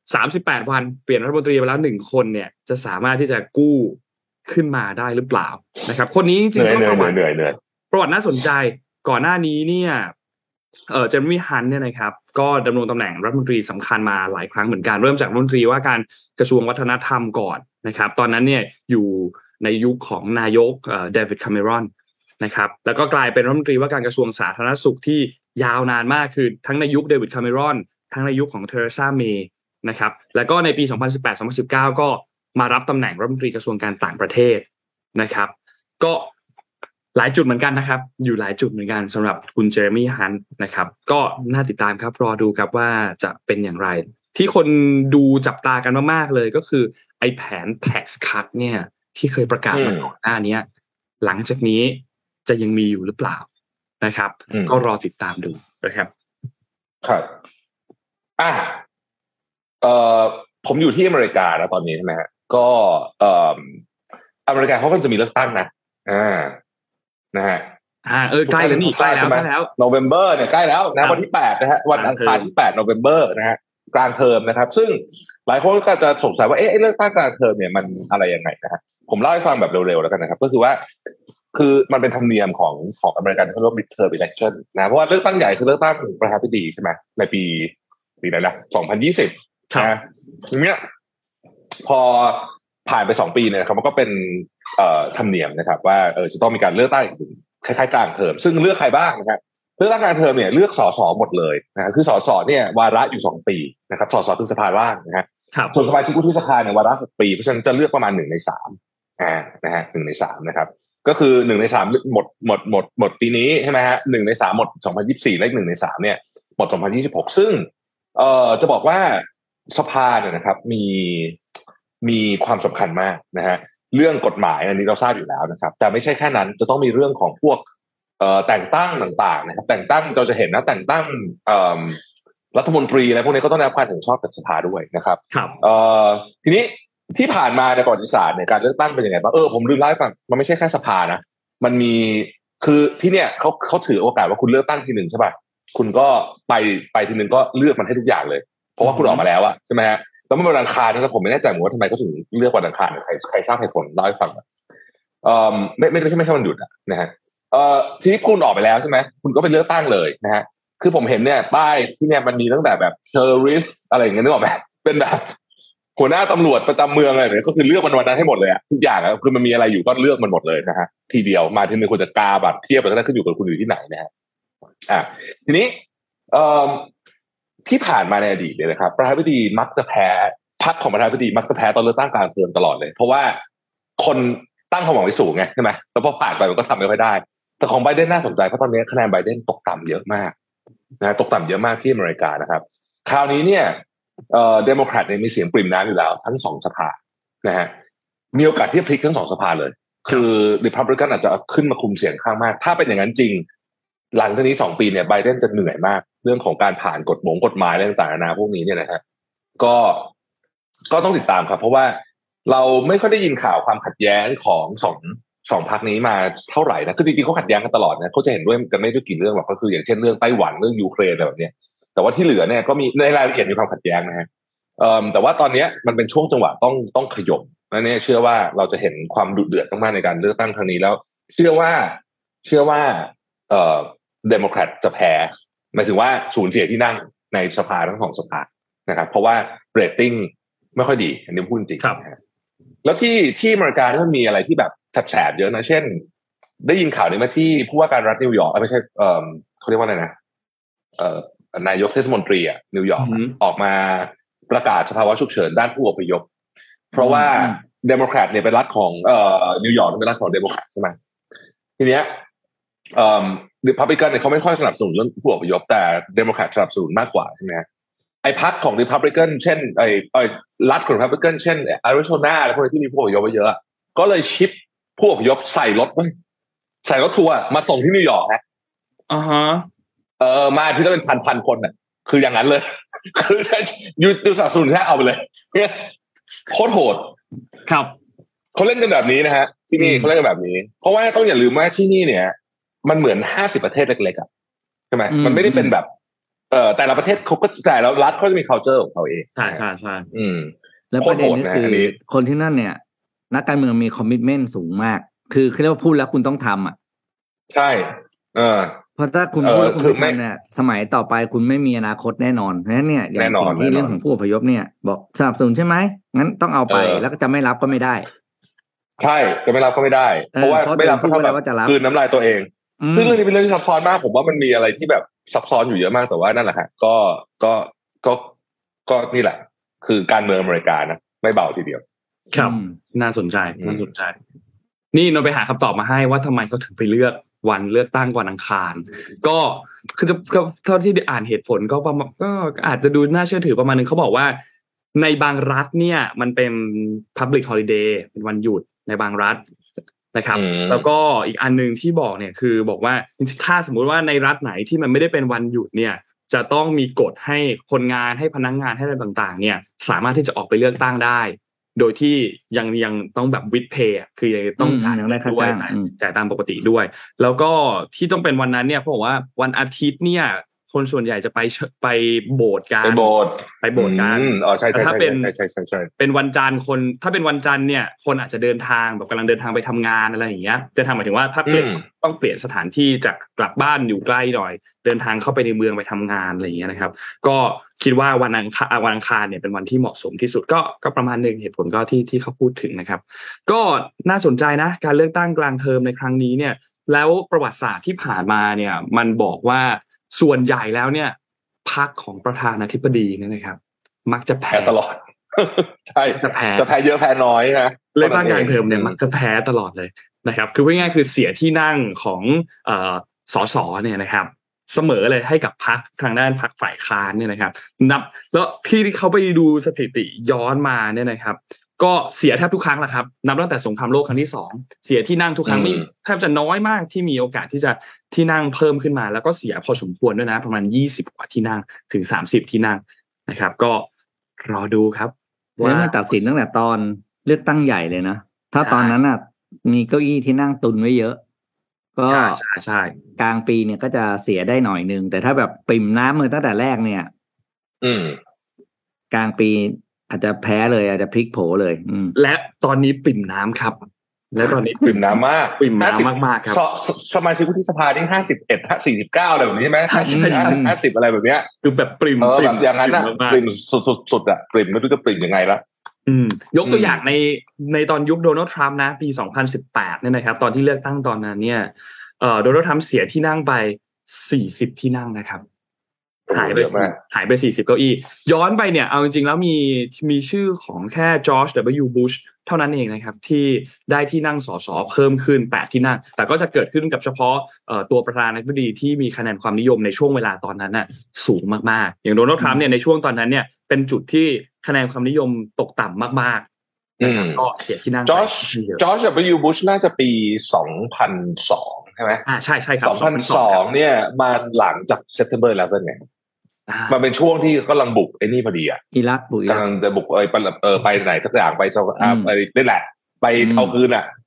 38 วันเปลี่ยนรัฐมนตรีไปแล้ว1คนเนี่ยจะสามารถที่จะกู้ขึ้นมาได้หรือเปล่านะครับคนนี้จริงๆประวัติน่าสนใจก่อนหน้านี้เนี่ยเจเรมี่ฮันต์เนี่ยนะครับก็ดำรงตำแหน่งรัฐมนตรีสำคัญมาหลายครั้งเหมือนกันเริ่มจากรัฐมนตรีว่าการกระทรวงวัฒนธรรมก่อนนะครับตอนนั้นเนี่ยอยู่ในยุคของนายกเดวิดคาเมรอนนะครับแล้วก็กลายเป็นรัฐมนตรีว่าการกระทรวงสาธารณสุขที่ยาวนานมากคือทั้งในยุคเดวิดคาเมรอนทั้งในยุคของเทเรซาเมย์นะครับแล้วก็ในปี 2018-2019 ก็มารับตำแหน่งรัฐมนตรีกระทรวงการต่างประเทศนะครับก็หลายจุดเหมือนกันนะครับอยู่หลายจุดเหมือนกันสำหรับคุณเจเรมี่ฮันต์นะครับก็น่าติดตามครับรอดูครับว่าจะเป็นอย่างไรที่คนดูจับตากันมากๆเลยก็คือไอ้แผน tax cut เนี่ยที่เคยประกาศมาก่อนหน้านี้หลังจากนี้จะยังมีอยู่หรือเปล่านะครับก็รอติดตามดูนะครับครับผมอยู่ที่อเมริกาแล้วตอนนี้ใช่ไหมฮะก็อเมริกาเขาก็จะมีเลือกตั้งนะฮะใกล้แล้วนี่ใกล้แล้วโนเวมเบอร์เนี่ยใกล้แล้วนะวันที่8นะฮะวันอังคารที่8โนเวมเบอร์นะฮะกลางเทอมนะครับซึ่งหลายคนก็จะสงสัยว่าเอ๊ะเลือกตั้งกลางเทอมเนี่ยมันอะไรยังไงนะฮะผมเล่าให้ฟังแบบเร็วๆแล้วกันนะครับก็คือว่าคือมันเป็นธรรมเนียมของอเมริกันที่เรียกว่า midterm election นะเพราะว่าเลือกตั้งใหญ่คือเลือกตั้งประธานาธิบดีใช่ไหมในปีไหนนะ2020นะเนี่ยพอผ่านไป2 ปีเนี่ยครับมันก็เป็นธรรมเนียมนะครับว่าจะต้องมีการเลือกตั้งคล้ายๆกลางเทอมซึ่งเลือกใครบ้างนะครับเลือกตั้งกลางเทอมเนี่ยเลือกสสหมดเลยนะคือสสเนี่ยวาระอยู่2 ปีนะครับสสคือสภาล่างนะฮะส่วนสมาชิกวุฒิสภาเนี่ยวาระ6 ปีเพราะฉะนั้นจะเลือกประมาณ1 ใน 3นะฮะ1 ใน 3นะครับก็คือ1 ใน 3หมดปีนี้ใช่ไหมฮะ1 ใน 3หมด2024และ1 ใน 3เนี่ยหมด2026ซึ่งจะบอกว่าสภาเนี่ยนะครับมีความสำคัญมากนะฮะเรื่องกฎหมายอันนี้เราทราบอยู่แล้วนะครับแต่ไม่ใช่แค่นั้นจะต้องมีเรื่องของพวกแต่งตั้งต่างๆนะครับแต่งตั้งเราจะเห็นนะแต่งตั้งรัฐมนตรีอะไรพวกนี้ก็ต้องได้รับการเห็นชอบจากสภาด้วยนะครับทีนี้ที่ผ่านมาในประวัติศาสตร์ในการเลือกตั้งเป็นยังไงบ้างผมลืมเล่าให้ฟังมันไม่ใช่แค่สภานะมันมีคือที่เนี่ยเขาถือโอกาสว่าคุณเลือกตั้งทีหนึ่งใช่ป่ะคุณก็ไปทีหนึ่งก็เลือกมันให้ทุกอย่างเลยเพราะว่าคุณออกมาแล้วอะใช่ไหมฮะแล้วเมื่อวันอังคารนะผมไม่แน่ใจว่าทำไมเขาถึงเลือกวันอังคารใครทราบเหตุผลเล่าให้ฟังไม่ใช่วันหยุดนะฮะทีนี้คุณออกไปแล้วใช่ไหมคุณก็ไปเลือกตั้งเลยนะฮะคือผมเห็นเนี่ยป้ายที่เนี่ยมันมีตั้งแต่แบบเทอร์ริสอะไรอย่างเงี้ยนึกออกไหมเป็นแบบหัวหน้าตำรวจประจำเมืองอะไรเนี่ยก็คือเลือกมันวันนั้นให้หมดเลยอะทุกอย่างอะคือมันมีอะไรอยู่ก็เลือกมันหมดเลยนะฮะทีเดียวมาทีนึงควรจะกาบัตรเทียบแล้วก็ขึ้นอยู่กับคุณอยู่ที่ไหนนะฮะทีนี้ที่ผ่านมาในอดีตเลยนะครับประธานาธิบดีมักจะแพ้พรรคของประธานาธิบดีมักจะแพ้ตอนเลือกตั้งกลางเทอมตลอดเลยเพราะว่าคนตั้งความหวังไว้สูงไงใช่ไหมแล้วพอผ่านไปมันก็ทำไม่ค่อยได้แต่ของไบเดนน่าสนใจเพราะตอนนี้คะแนนไบเดนตกต่ำเยอะมากนะตกต่ำเยอะมากที่อเมริกานะครับคราวนี้เนี่ยเดโมแครตเนี่ยมีเสียงปริ่มน้ำอยู่แล้วทั้ง2 สภานะฮะมีโอกาสที่จะพลิกทั้ง2 สภาเลยคือริพับลิกันอาจจะขึ้นมาคุมเสียงข้างมากถ้าเป็นอย่างนั้นจริงหลังจากนี้2 ปีเนี่ยไบเดนจะเหนื่อยมากเรื่องของการผ่านกฎหมายอะไรต่างๆนาพวกนี้เนี่ยนะฮะก็ต้องติดตามครับเพราะว่าเราไม่ค่อยได้ยินข่าวความขัดแย้งของ 2พรรคนี้มาเท่าไหร่นะคือจริงๆเขาขัดแย้งกันตลอดนะเขาจะเห็นด้วยกันไม่ด้วยกี่เรื่องหรอกก็คืออย่างเช่นเรื่องไต้หวันเรื่องยูเครนอะไรแบบนี้แต่ว่าที่เหลือเนี่ยก็มีในรายละเอียดมีความขัดแย้งนะฮะแต่ว่าตอนนี้มันเป็นช่วงจังหวะต้องขยบและเนี่ยเชื่อว่าเราจะเห็นความดุเดือดมากๆในการเลือกตั้งครั้งนี้แล้วเชื่อว่าเดโมแครตจะแพ้หมายถึงว่าสูญเสียที่นั่งในสภาทั้ง2สภานะครับเพราะว่าเรตติ้งไม่ค่อยดีอันนี้พูดจริงนะฮะแล้วที่อเมริกามันมีอะไรที่แบบแสบๆเยอะนะเช่นได้ยินข่าวนี้มาที่ผู้ว่าการรัฐนิวยอร์กไม่ใช่เขาเรียกว่าอะไรนะนายกเทศมนตรีนิวยอร์กออกมาประกาศสภาวะฉุกเฉินด้านผู้อพยพเพราะว่าเดโมแครตเนี่ยเป็นรัฐของนิวยอร์กเป็นรัฐของเดโมแครตใช่ไหมทีเนี้ยริพับลิกันเนี่ยเขาไม่ค่อยสนับสนุนเรื่องผู้อพยพแต่เดโมแครตสนับสนุนมากกว่าใช่ไหมไอ้พรรคของริพับลิกันเช่นไอ้รัฐของริพับลิกันเช่นแอริโซนาอะไรพวกนี้ที่มีผู้อพยพเยอะก็เลยชิปผู้อพยพใส่รถทัวร์มาส่งที่นิวยอร์กฮะมาที่ต้องเป็นพันคนน่ะคืออย่างนั้นเลยคือยูสนับสนุนแค่เอาไปเลยโคตรโหดครับเขาเล่นกันแบบนี้นะฮะที่นี่เขาเล่นกันแบบนี้เพราะว่าต้องอย่าลืมว่าที่นี่เนี่ยมันเหมือน50ประเทศเล็กๆอ่ะใช่ไหมมันไม่ได้เป็นแบบแต่ละประเทศเขาก็แต่ละรัฐเขาจะมี culture ของเขาเองใช่แล้วประเด็นก็คือคนที่นั่นเนี่ยนักการเมืองมีคอมมิตเมนต์สูงมากคือเรียกว่าพูดแล้วคุณต้องทำอ่ะใช่เพราะถ้าคุณพูดแล้วคุณไม่ทำเนี่ยสมัยต่อไปคุณไม่มีอนาคตแน่นอนเพราะฉะนั้นเนี่ยอย่างสิ่งที่เรื่องของผู้อพยพเนี่ยบอกสนับสนุนใช่ไหมงั้นต้องเอาไปแล้วก็จะไม่รับก็ไม่ได้ใช่จะไม่รับก็ไม่ได้เพราะว่าไม่รับก็เท่ากับคืนน้ำลายตัวเองซึ่งเรื่องนี้เป็นเรื่องที่ซับซ้อนมากผมว่ามันมีอะไรที่แบบซับซ้อนอยู่เยอะมากแต่ว่านั่นแหละฮะก็นี่แหละคือการเมืองอเมริกานะไม่เบาทีเดียวครับน่าสนใจนี่เราไปหาคำตอบมาให้ว่าทำไมเขาถึงไปเลือกวันเลือกตั้งวันอังคารก็คือเท่าที่อ่านเหตุผลก็ประมาณก็อาจจะดูน่าเชื่อถือประมาณนึงเขาบอกว่าในบางรัฐเนี่ยมันเป็น public holiday เป็นวันหยุดในบางรัฐนะครับแล้วก็อีกอันนึงที่บอกเนี่ยคือบอกว่าถ้าสมมุติว่าในรัฐไหนที่มันไม่ได้เป็นวันหยุดเนี่ยจะต้องมีกฎให้คนงานให้พนักงานให้อะไรต่างๆเนี่ยสามารถที่จะออกไปเลือกตั้งได้โดยที่ยังต้องแบบวิดเพย์คือต้องจ่ายด้วยจ่ายตามปกติด้วยแล้วก็ที่ต้องเป็นวันนั้นเนี่ยเพราะว่าวันอาทิตย์เนี่ยคนส่วนใหญ่จะไปโบสถ์กันไปโบสถ์กันใช่ถ้าเป็นวันจันทร์คนถ้าเป็นวันจันทร์เนี่ยคนอาจจะเดินทางแบบกำลังเดินทางไปทำงานอะไรอย่างเงี้ยจะทำหมายถึงว่าถ้าต้องเปลี่ยนสถานที่จากกลับบ้านอยู่ใกล้หน่อยเดินทางเข้าไปในเมืองไปทำงานอะไรอย่างเงี้ยนะครับก็คิดว่าวันอังคารเนี่ยเป็นวันที่เหมาะสมที่สุดก็ประมาณนึงเหตุผลก็ที่เขาพูดถึงนะครับก็น่าสนใจนะการเลือกตั้งกลางเทอมในครั้งนี้เนี่ยแล้วประวัติศาสตร์ที่ผ่านมาเนี่ยมันบอกว่าส่วนใหญ่แล้วเนี่ยพรรคของประธานาธิบดีเนี่ยนะครับมักจะแพ้ตลอดใช่จะแพ้เยอะแพ้น้อยนะเลือกตั้งกลางเทอมเนี่ยมักจะแพ้ตลอดเลยนะครับคือง่ายๆคือเสียที่นั่งของสสเนี่ยนะครับเสมอเลยให้กับพรรคทางด้านพรรคฝ่ายค้านเนี่ยนะครับนับแล้วที่เขาไปดูสถิติย้อนมาเนี่ยนะครับก็เสียแทบทุกครั้งแหละครับนับตั้งแต่สงครามโลกครั้งที่2เสียที่นั่งทุกครั้งไม่แทบจะน้อยมากที่มีโอกาสที่จะที่นั่งเพิ่มขึ้นมาแล้วก็เสียพอสมควรด้วยนะประมาณ20กว่าที่นั่งถึง30ที่นั่งนะครับก็รอดูครับว่ามันตัดสินตั้งแต่ตอนเลือกตั้งใหญ่เลยนะถ้าตอนนั้นน่ะมีเก้าอี้ที่นั่งตุนไว้เยอะก็ใช่กลางปีเนี่ยก็จะเสียได้หน่อยนึงแต่ถ้าแบบปริ่มน้ำเลยตั้งแต่แรกเนี่ยกลางปีอาจจะแพ้เลยอาจจะพลิกโผเลยและตอนนี้ปริ่มน้ำครับและตอนนี้ปริ่มน้ำมากปริ่มน้ำมากๆครับสมาชิกวุฒิสภาที่51 49อะไรแบบนี้ใช่ไหม50อะไรแบบเนี้ยคือแบบปริ่มแบบอย่างนั้นอ่ะปริ่มสุดอ่ะปริ่มไม่รู้จะปริ่มยังไงละยกตัวอย่างในตอนยุคโดนัลด์ทรัมป์นะปี2018เนี่ยนะครับตอนที่เลือกตั้งตอนนั้นเนี่ยโดนัลด์ทรัมป์เสียที่นั่งไป40ที่นั่งนะครับหายไป40เก้าอี้ย้อนไปเนี่ยเอาจริงๆแล้วมีชื่อของแค่จอร์จ W. บุชเท่านั้นเองนะครับที่ได้ที่นั่งสสเพิ่มขึ้น8ที่นั่งแต่ก็จะเกิดขึ้นกับเฉพาะตัวประธานาธิบดีที่มีคะแนนความนิยมในช่วงเวลาตอนนั้นน่ะสูงมากๆอย่างโดนัลด์ทรัมป์เนี่ยในช่วงตอนนั้นเนี่ยเป็นจุดที่คะแนนความนิยมตกต่ำมากๆนะครับก็เสียที่นั่งจอร์จ W. บุชน่าจะปี2002ใช่ไหมใช่ครับ 2002เนี่ยมาหลังจาก September 11ไงมันเป็นช่วงที่กำลังบุกไอ้นี่พอดีอ่ะอิรักกำลังจะบุกไปไหนสักอย่างไปนี่แหละไปเอาคืนอ่ะ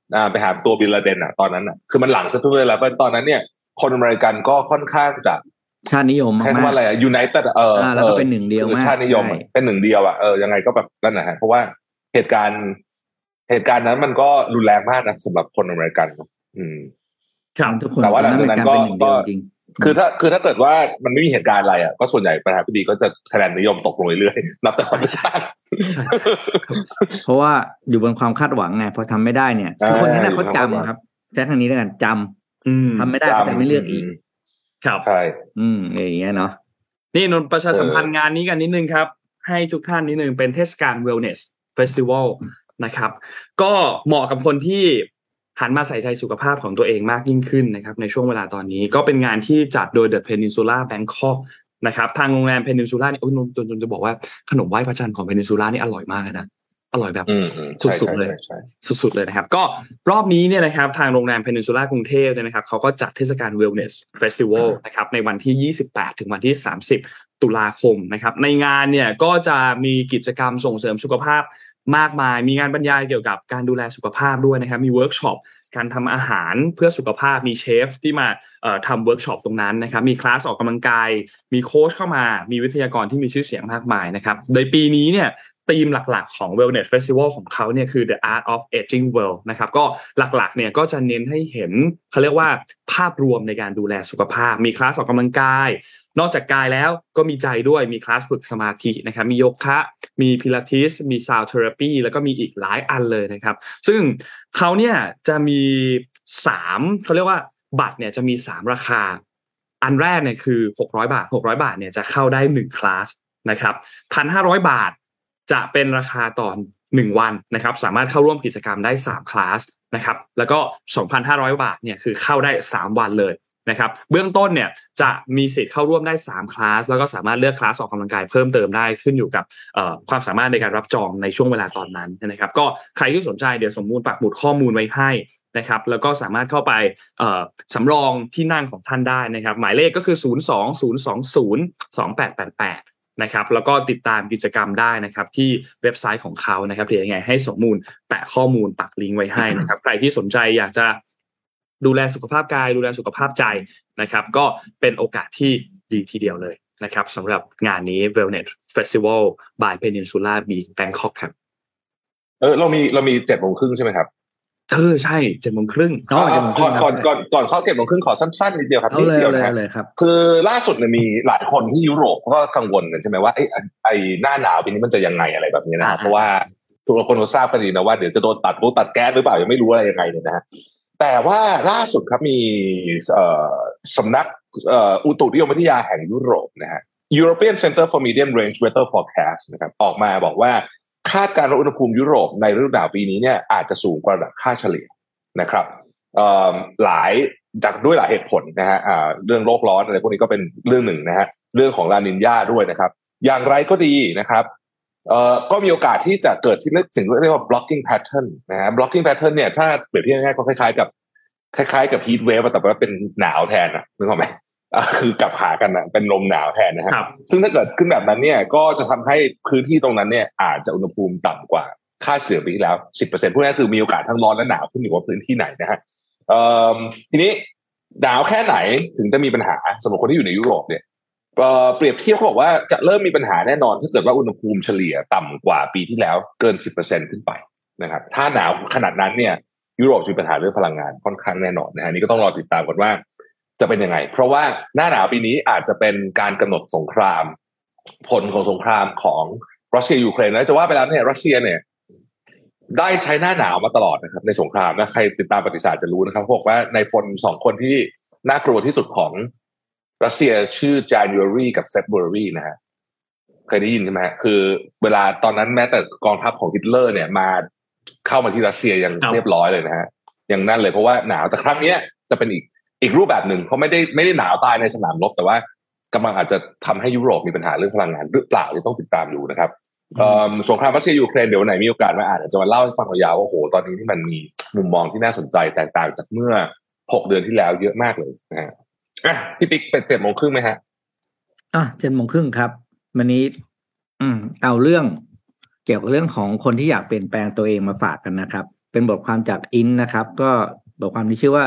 ไปหาตัวบินลาเดนตอนนั้นคือมันหลังซะทุกเลยแล้วตอนนั้นเนี่ยคนอเมริกันก็ค่อนข้างจะชาตินิยมมากใช่ว่าอะไรยูไนเต็ดแล้วก็เป็นหนึ่งเดียวมากชาตินิยมเป็นหนึ่งเดียวยังไงก็แบบนั่นนะฮะเพราะว่าเหตุการณ์นั้นมันก็รุนแรงมากนะสำหรับคนอเมริกันครับแต่ว่าหลังจากนั้นก็คือถ้าเกิดว่ามันไม่มีเหตุการณ์อะไรก็ส่วนใหญ่ประธานาธิบดีก็จะคะแนนนิยมตกลงเรื่อยๆนับแต่วันที่ตั้งเพราะว่าอยู่บนความคาดหวังไงพอทำไม่ได้เนี่ยทุกคนที่นั่นเขาจำครับแจ้งทางนี้ด้วยกันจำทำไม่ได้ก็จะไม่เลือกอีกครับใช่อย่างเงี้ยเนาะนี่นนประชาสัมพันธ์งานนี้กันนิดนึงครับให้ทุกท่านนิดนึงเป็นเทศกาล Wellness Festival นะครับก็เหมาะกับคนที่หันมาใส่ใจสุขภาพของตัวเองมากยิ่งขึ้นนะครับในช่วงเวลาตอนนี้ก็เป็นงานที่จัดโดย The Peninsula Bangkok นะครับทางโรงแรม Peninsula นี่จนจะบอกว่าขนมไหว้พระจันทร์ของ Peninsula นี่อร่อยมากนะอร่อยแบบสุดๆเลยสุดๆเลยนะครับก็รอบนี้เนี่ยนะครับทางโรงแรม Peninsula กรุงเทพเนี่ยนะครับเขาก็จัดเทศกาล Wellness Festival นะครับในวันที่28ถึงวันที่30ตุลาคมนะครับในงานเนี่ยก็จะมีกิจกรรมส่งเสริมสุขภาพมากมายมีงานบรรยายเกี่ยวกับการดูแลสุขภาพด้วยนะครับมีเวิร์กช็อปการทำอาหารเพื่อสุขภาพมีเชฟที่มาทำเวิร์กช็อปตรงนั้นนะครับมีคลาสออกกำลังกายมีโค้ชเข้ามามีวิทยากรที่มีชื่อเสียงมากมายนะครับโดยปีนี้เนี่ยธีมหลักๆของ Wellness Festival ของเขาเนี่ยคือ The Art of Aging Well นะครับก็หลักๆเนี่ยก็จะเน้นให้เห็นเขาเรียกว่าภาพรวมในการดูแลสุขภาพมีคลาสออกกำลังกายนอกจากกายแล้วก็มีใจด้วยมีคลาสฝึกสมาธินะครับมีโยคะมีพิลาทิสมีซาวด์เทอราปีแล้วก็มีอีกหลายอันเลยนะครับซึ่งเขาเนี่ยจะมี3เขาเรียกว่าบัตรเนี่ยจะมี3ราคาอันแรกเนี่ยคือ600 บาท600 บาทเนี่ยจะเข้าได้1คลาสนะครับ 1,500 บาทจะเป็นราคาต่อ1วันนะครับสามารถเข้าร่วมกิจกรรมได้3คลาสนะครับแล้วก็ 2,500 บาทเนี่ยคือเข้าได้3วันเลยนะครับเบื้องต้นเนี่ยจะมีสิทธิ์เข้าร่วมได้3คลาสแล้วก็สามารถเลือกคลาสออกกำลังกายเพิ่มเติมได้ขึ้นอยู่กับความสามารถในการรับจองในช่วงเวลาตอนนั้นนะครับก็ใครที่สนใจเดี๋ยวสมมูลปักหมุดข้อมูลไว้ให้นะครับแล้วก็สามารถเข้าไปสำรองที่นั่งของท่านได้นะครับหมายเลขก็คือ020202888นะครับแล้วก็ติดตามกิจกรรมได้นะครับที่เว็บไซต์ของเขานะครับเดี๋ยวยังไงให้สมมูลแปะข้อมูลปักลิงก์ไว้ให้นะครับใครที่สนใจอยากจะดูแลสุขภาพกายดูแลสุขภาพใจนะครับก็เป็นโอกาสที่ดีทีเดียวเลยนะครับสำหรับงานนี้ Wellness Festival by Peninsula Beach Bangkok ครับเรามี7:30ใช่ไหมครับใช่7:30 ก่อนเข้า7:30ขอสั้นๆนิดเดียวครับนิดเดียวนะครับคือล่าสุดเนี่ยมีหลายคนที่ยุโรปก็กังวลกันใช่ไหมว่าไอ้หน้าหนาวปีนี้มันจะยังไงอะไรแบบนี้นะครับเพราะว่าทุกคนก็ทราบกันดีนะว่าเดี๋ยวจะโดนตัดแก๊สหรือเปล่ายังไม่รู้อะไรยังไงเนี่ยนะฮะแต่ว่าล่าสุดครับมีสำนักอุตุนิยมวิทยาแห่งยุโรปนะฮะ European Center for Medium Range Weather Forecast นะครับออกมาบอกว่าคาดการณ์อุณหภูมิยุโรปในฤดูหนาวปีนี้เนี่ยอาจจะสูงกว่าระดับค่าเฉลี่ยนะครับด้วยหลายเหตุผลนะฮะเรื่องโลกร้อนอะไรพวกนี้ก็เป็นเรื่องหนึ่งนะฮะเรื่องของลานิญญาด้วยนะครับอย่างไรก็ดีนะครับก็มีโอกาสที่จะเกิดที่สิ่งที่เรียกว่า blocking pattern นะฮะ blocking pattern เนี่ยถ้าเปรียบเทียบง่ายๆก็คล้ายๆกับ heat wave แต่ว่าเป็นหนาวแทนนะนึกออกไหมคือกลับหากันนะเป็นลมหนาวแทนนะฮะซึ่งถ้าเกิดขึ้นแบบนั้นเนี่ยก็จะทำให้พื้นที่ตรงนั้นเนี่ยอาจจะอุณหภูมิต่ำกว่าค่าเฉลี่ยปีที่แล้ว 10% พวกนี้คือมีโอกาสทั้งร้อนและหนาวขึ้นอยู่กับพื้นที่ไหนนะฮะทีนี้หนาวแค่ไหนถึงจะมีปัญหาสำหรับคนที่อยู่ในยุโรปเนี่ยเปรียบเทียบเขาบอกว่าจะเริ่มมีปัญหาแน่นอนถ้าเกิดว่าอุณหภูมิเฉลี่ยต่ำกว่าปีที่แล้วเกิน 10% ขึ้นไปนะครับถ้าหนาวขนาดนั้นเนี่ยยุโรปมีปัญหาเรื่องพลังงานค่อนข้างแน่นอนนะฮะนี่ก็ต้องรอติดตามกันว่าจะเป็นยังไงเพราะว่าหน้าหนาวปีนี้อาจจะเป็นการกำหนดสงครามผลของสงครามของรัสเซียยูเครนนะจะว่าไปแล้วเนี่ยรัสเซียเนี่ยได้ใช้หน้าหนาวมาตลอดนะครับในสงครามนะใครติดตามประวัติศาสตร์จะรู้นะครับบอกว่านายพล2คนที่น่ากลัวที่สุดของรัสเซียชื่อ January กับ February นะฮะเคยได้ยินใช่ไหมคือเวลาตอนนั้นแม้แต่กองทัพของฮิตเลอร์เนี่ยมาเข้ามาที่รัสเซียยังเรียบร้อยเลยนะฮะอย่างนั้นเลยเพราะว่าหนาวแต่ครั้งนี้จะเป็นอีกรูปแบบหนึ่งเพราะไม่ได้หนาวตายในสนามรบแต่ว่ากำลังอาจจะทำให้ยุโรปมีปัญหาเรื่องพลังงานหรือเปล่าที่ต้องติดตามดูนะครับสงครามรัสเซียยูเครนเดี๋ยวไหนมีโอกาสมาอาจจะมาเล่าให้ฟังยาวว่าโอ้โหตอนนี้ที่มันมีมุมมองที่น่าสนใจแตกต่างจากเมื่อ6 เดือนที่แล้วเยอะมากเลยนะฮะพี่ปิ๊กเป็น7:30ไหมฮะ 7:30ครับวันนี้เอาเรื่องเกี่ยวกับเรื่องของคนที่อยากเปลี่ยนแปลงตัวเองมาฝากกันนะครับเป็นบทความจากอินนะครับก็บทความที่ชื่อว่า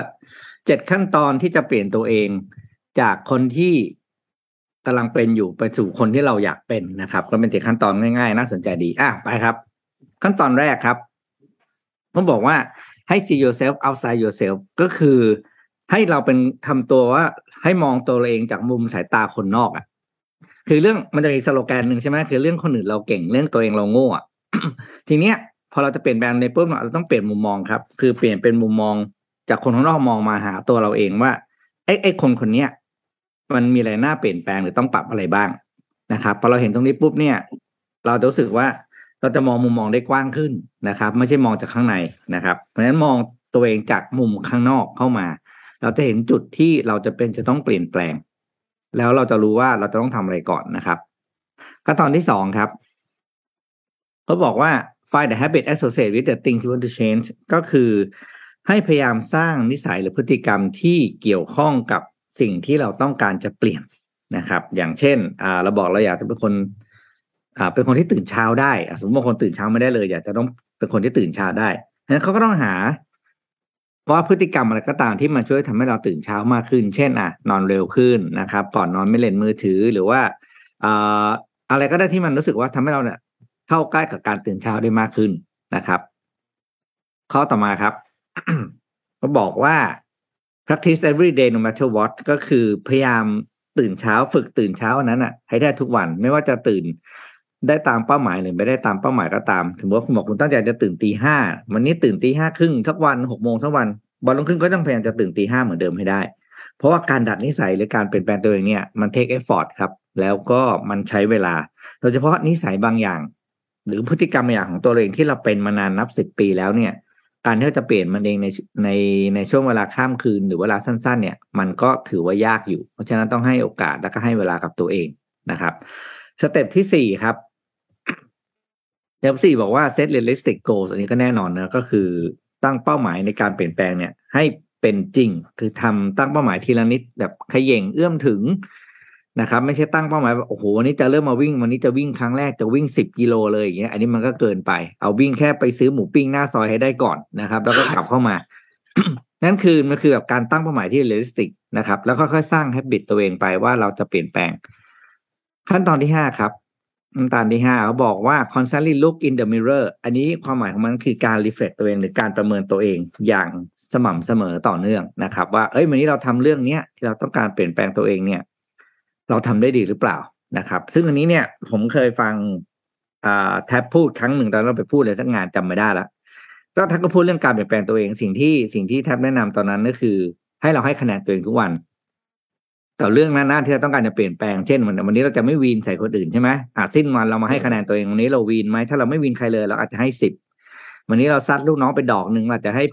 7ขั้นตอนที่จะเปลี่ยนตัวเองจากคนที่กำลังเป็นอยู่ไปสู่คนที่เราอยากเป็นนะครับก็เป็น7ขั้นตอนง่ายๆน่าสนใจดีไปครับขั้นตอนแรกครับผมบอกว่าให้ see yourself outside yourself ก็คือให้เราเป็นทำตัวว่าให้มองตัวเองจากมุมสายตาคนนอกอ่ะคือเรื่องมันจะมีสโลแกนหนึ่งใช่ไหมคือเรื่องคนอื่นเราเก่งเรื่องตัวเองเราโง่ทีเนี้ยพอเราจะเปลี่ยนแปลงในปุ๊บเราต้องเปลี่ยนมุมมองครับคือเปลี่ยนเป็นมุมมองจากคนข้างนอกมองมาหาตัวเราเองว่าไอ้คนเนี้ยมันมีอะไรน่าเปลี่ยนแปลงหรือต้องปรับอะไรบ้างนะครับพอเราเห็นตรงนี้ปุ๊บเนี่ยเราจะรู้สึกว่าเราจะมองมุมมองได้กว้างขึ้นนะครับไม่ใช่มองจากข้างในนะครับเพราะฉะนั้นมองตัวเองจากมุมข้างนอกเข้ามาเราจะเห็นจุดที่เราจะต้องเปลี่ยนแปลงแล้วเราจะรู้ว่าเราจะต้องทำอะไรก่อนนะครับขั้นตอนที่2ครับเขาบอกว่า find the habit associated with the things you want to change ก็คือให้พยายามสร้างนิสัยหรือพฤติกรรมที่เกี่ยวข้องกับสิ่งที่เราต้องการจะเปลี่ยนนะครับอย่างเช่นเราบอกเราอยากจะเป็นคนที่ตื่นเช้าได้สมมติบางคนตื่นเช้าไม่ได้เลยอยากจะต้องเป็นคนที่ตื่นเช้าได้ฉะนั้นเขาก็ต้องหาว่าพฤติกรรมอะไรก็ตามที่มันช่วยทำให้เราตื่นเช้ามากขึ้นเช่นนอนเร็วขึ้นนะครับก่อนนอนไม่เล่นมือถือหรือว่าอะไรก็ได้ที่มันรู้สึกว่าทำให้เราเนี่ยเข้าใกล้กับการตื่นเช้าได้มากขึ้นนะครับข้อต่อมาครับ เขาบอกว่า practice every day no matter what ก็คือพยายามตื่นเช้าฝึกตื่นเช้านั้นให้ได้ทุกวันไม่ว่าจะตื่นได้ตามเป้าหมายหรือไม่ได้ตามเป้าหมายก็ตามสมมติว่าคุณบอกคุณตั้งใจจะตื่นตี 5วันนี้ตื่นตี 5:30ทุกวัน6 โมงทุกวันวันรุ่งขึ้นก็ต้องพยายามจะตื่นตี 5เหมือนเดิมให้ได้เพราะว่าการดัดนิสัยหรือการเปลี่ยนแปลงตัวเองเนี่ยมัน take effort ครับแล้วก็มันใช้เวลาโดยเฉพาะนิสัยบางอย่างหรือพฤติกรรมบางอย่างของตัวเองที่เราเป็นมานานนับ10 ปีแล้วเนี่ยการที่จะเปลี่ยนมันเองในช่วงเวลาข้ามคืนหรือเวลาสั้นๆเนี่ยมันก็ถือว่ายากอยู่เพราะฉะนั้นต้องให้โอกาสและก็ให้เวลากับตัวเองนะครับสเต็ปที่4ครับสเต็ป4บอกว่า set realistic goals อันนี้ก็แน่นอนนะก็คือตั้งเป้าหมายในการเปลี่ยนแปลงเนี่ยให้เป็นจริงคือตั้งเป้าหมายทีละนิดแบบเขย่งเอื้อมถึงนะครับไม่ใช่ตั้งเป้าหมายแบบโอ้โหวันนี้จะเริ่มมาวิ่งวันนี้จะวิ่งครั้งแรกจะวิ่ง10 กิโลเลยอย่างเงี้ยอันนี้มันก็เกินไปเอาวิ่งแค่ไปซื้อหมูปิ้งหน้าซอยให้ได้ก่อนนะครับแล้วก็กลับเข้ามา นั่นคือมันคือแบบการตั้งเป้าหมายที่เรียลลิสติกนะครับแล้วค่อยๆสร้าง habit ตัวเองไปว่าเราจะเปลี่ยนแปลงขั้นตอนที่5ครับขั้นตอนที่5เขาบอกว่า constantly look in the mirror อันนี้ความหมายของมันคือการ reflect ตัวเองหรือการประเมินตัวเองอย่างสม่ำเสมอต่อเนื่องนะครับว่าวันนี้เราทำเรื่องเนี้ยที่เราต้องการเปลี่ยนแปลงตัวเองเนี่ยเราทำได้ดีหรือเปล่านะครับซึ่งอันนี้เนี่ยผมเคยฟังแท็บพูดครั้งหนึ่งตอนเราไปพูดเลยทั้งงานจำไม่ได้แล้วก็ท่านก็พูดเรื่องการเปลี่ยนแปลงตัวเองสิ่งที่แท็บแนะนำตอนนั้นก็คือให้เราให้คะแนนตัวเองทุกวันแต่เรื่องนั้นที่เราต้องการจะเปลี่ยนแปลงเช่นวันนี้เราจะไม่วีนใส่คนอื่นใช่ไหมสิ้นวันเรามาให้คะแนนตัวเองวันนี้เราวีนไหมถ้าเราไม่วีนใครเลยเราอาจจะให้10วันนี้เราซัดลูกน้องไปดอกนึงเราจะให้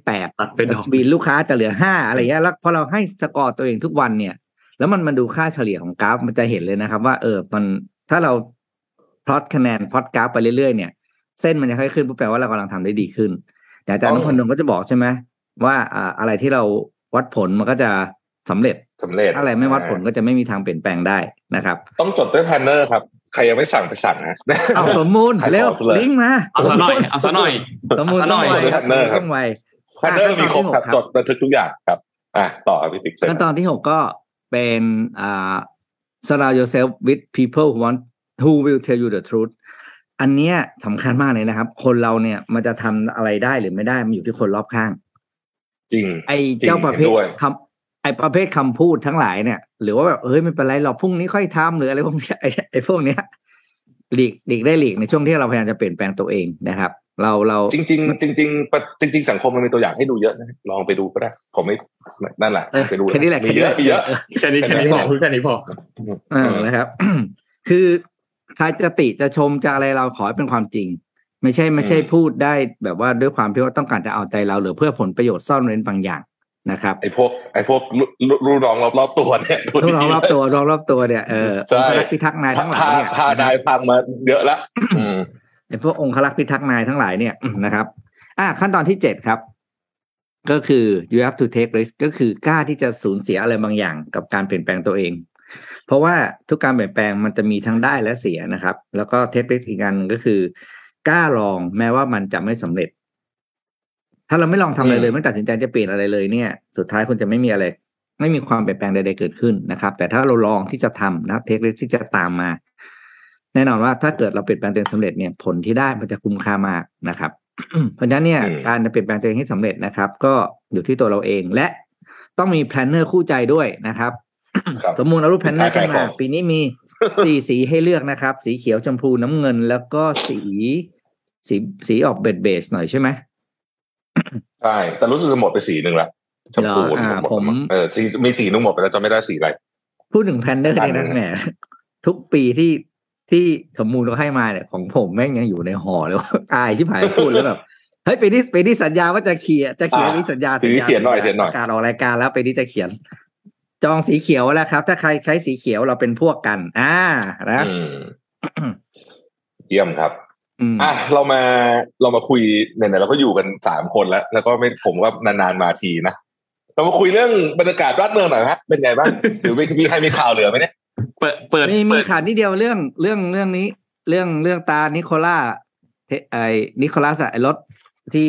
8วีนลูกค้าจะเหลือ5อะไรเงี้ยแล้วพอเราให้สกอร์ตัวเองทุกวันเนี่ยแล้วมันดูค่าเฉลี่ยของกราฟมันจะเห็นเลยนะครับว่ามันถ้าเราพลอตคะแนนพลอตกราฟไปเรื่อยๆเนี่ยเส้นมันจะค่อยขึ้นแปลว่าเรากำลังทำได้ดีขึ้นอย่างอาจารย์นพดลก็จะบอกใช่ไหมว่าอะไรที่เราวัดผลมันก็จะสำเร็จอะไรไม่วัดผลก็จะไม่มีทางเปลี่ยนแปลงได้นะครับต้องจดด้วยแพลนเนอร์ครับใครยังไม่สั่งไปสั่งนะเอาสมมูลเร็วลิงก์มาเอาซะหน่อยสมมูลต้องไวแพลนเนอร์มีครบครับจดบันทึกทุกอย่างครับต่อพี่ติ๊กขั้นตอนที่6ก็เป็นsurround yourself with people who will tell you the truth อันเนี้ยสำคัญมากเลยนะครับคนเราเนี่ยมันจะทำอะไรได้หรือไม่ได้มันอยู่ที่คนรอบข้างจริงไอ้เจ้าประเภทประเภทคำพูดทั้งหลายเนี่ยหรือว่าแบบไม่เป็นไรหรอกพรุ่งนี้ค่อยทำหรืออะไรพวกนี้ไอ้พวกเนี้ยหลีกในช่วงที่เราพยายามจะเปลี่ยนแปลงตัวเองนะครับเราจริงสังคมมันมีตัวอย่างให้ดูเยอะนะลองไปดูก็ได้ผมไม่นั่นแหละไปดูแค่นี้แหละมีเยอะแค่นี้พอนะครับ คือใครจะติจะชมจะอะไรเราขอให้เป็นความจริงไม่ใช่พูดได้แบบว่าด้วยความที่ว่าต้องการจะเอาใจเราหรือเพื่อผลประโยชน์ซ่อนเร้นบางอย่างนะครับไอ้พวกรูรองรอบตัวเนี่ยรูรองรอบตัวเนี่ยองครักษ์พิทักษ์นายทั้งหลายเนี่ยพานายพังมาเยอะแล้วไอ้พวกองครักษ์พิทักษ์นายทั้งหลายเนี่ยนะครับขั้นตอนที่7ครับก็คือ you have to take risk ก็คือกล้าที่จะสูญเสียอะไรบางอย่างกับการเปลี่ยนแปลงตัวเองเพราะว่าทุกการเปลี่ยนแปลงมันจะมีทั้งได้และเสียนะครับแล้วก็เทคนิคอีกอันนึงก็คือกล้าลองแม้ว่ามันจะไม่สำเร็จถ้าเราไม่ลองทำอะไรเลยไม่ตัดสินใจจะเปลี่ยนอะไรเลยเนี่ยสุดท้ายคุณจะไม่มีอะไรไม่มีความเปลี่ยนแปลงใดๆเกิดขึ้นนะครับแต่ถ้าเราลองที่จะทำนะเทคนิคที่จะตามมาแน่นอนว่าถ้าเกิดเราเปลี่ยนแปลงตัวเองสำเร็จเนี่ยผลที่ได้มันจะคุ้มค่ามากนะครับ เพราะฉะนั้นเนี่ยการจะเปลี่ยนแปลงตัวเองให้สำเร็จนะครับก็อยู่ที่ตัวเราเองและต้องมีแพลนเนอร์คู่ใจด้วยนะครับ สมมุติเอารูปแพลนเนอร์ขึ้นมาปีนี้มี4 สีให้เลือกนะครับสีเขียวชมพูน้ำเงินแล้วก็สีออกเบจหน่อยใช่ไหมใช่แต่รู้สึกจะหมดไปสีนึงละชมพูผมสีมีสีนึงหมดไปแล้วจำไม่ได้สีอะไรพูดถึงแพลนเนอร์นี่นะแหมทุกปีที่สมมูลเราให้มาเนี่ยของผมแม่งยังอยู่ในห่อเลยว่าอายชิบหายพูดแล้วแบบเฮ้ยปีนี้สัญญาว่าจะเขียนมีสัญญาเขียนหน่อยการออกรายการแล้วปีนี้จะเขียนจองสีเขียวแล้วครับถ้าใครใช้สีเขียวเราเป็นพวกกันนะเยี่ยมครับเรามาคุยเนี่ยเราก็อยู่กัน3 คนแล้วก็ไม่ผมว่านานๆมาทีนะเรามาคุยเรื่องบรรยากาศบ้านเมืองหน่อยฮะเป็นไงบ้างหรือมีใครมีข่าวเหลือไหมเนี่ยเปิดมีข่าวนิดเดียวเรื่องนี้เรื่องตานิโคล่านิโคลัสไอ้รถที่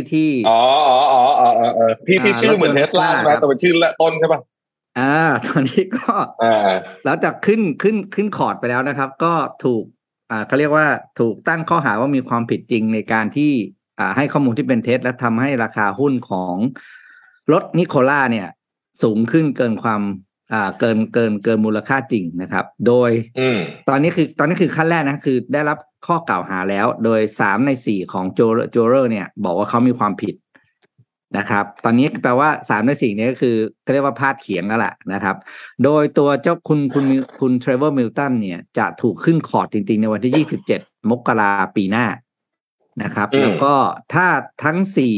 ที่ชื่อเหมือนเทสลาใช่ไหมแต่เป็นชื่อละต้นใช่ป่ะตอนนี้ก็แล้วจากขึ้นคอร์ดไปแล้วนะครับก็ถูกเขาเรียกว่าถูกตั้งข้อหาว่ามีความผิดจริงในการที่ให้ข้อมูลที่เป็นเท็จและทำให้ราคาหุ้นของรถนิโคล่าเนี่ยสูงขึ้นเกินความเกินมูลค่าจริงนะครับโดยตอนนี้คือขั้นแรกนะคือได้รับข้อกล่าวหาแล้วโดย3 ใน 4ของโจเรอร์เนี่ยบอกว่าเขามีความผิดนะครับตอนนี้แปลว่า3 ใน 4นี้ก็คือก็เรียกว่าพาดเขียงแล้วแหละนะครับโดยตัวเจ้าคุณเทรเวอร์มิลตันเนี่ยจะถูกขึ้นคอร์ดจริงๆในวันที่27 มกราคมปีหน้านะครับแล้วก็ถ้าทั้ง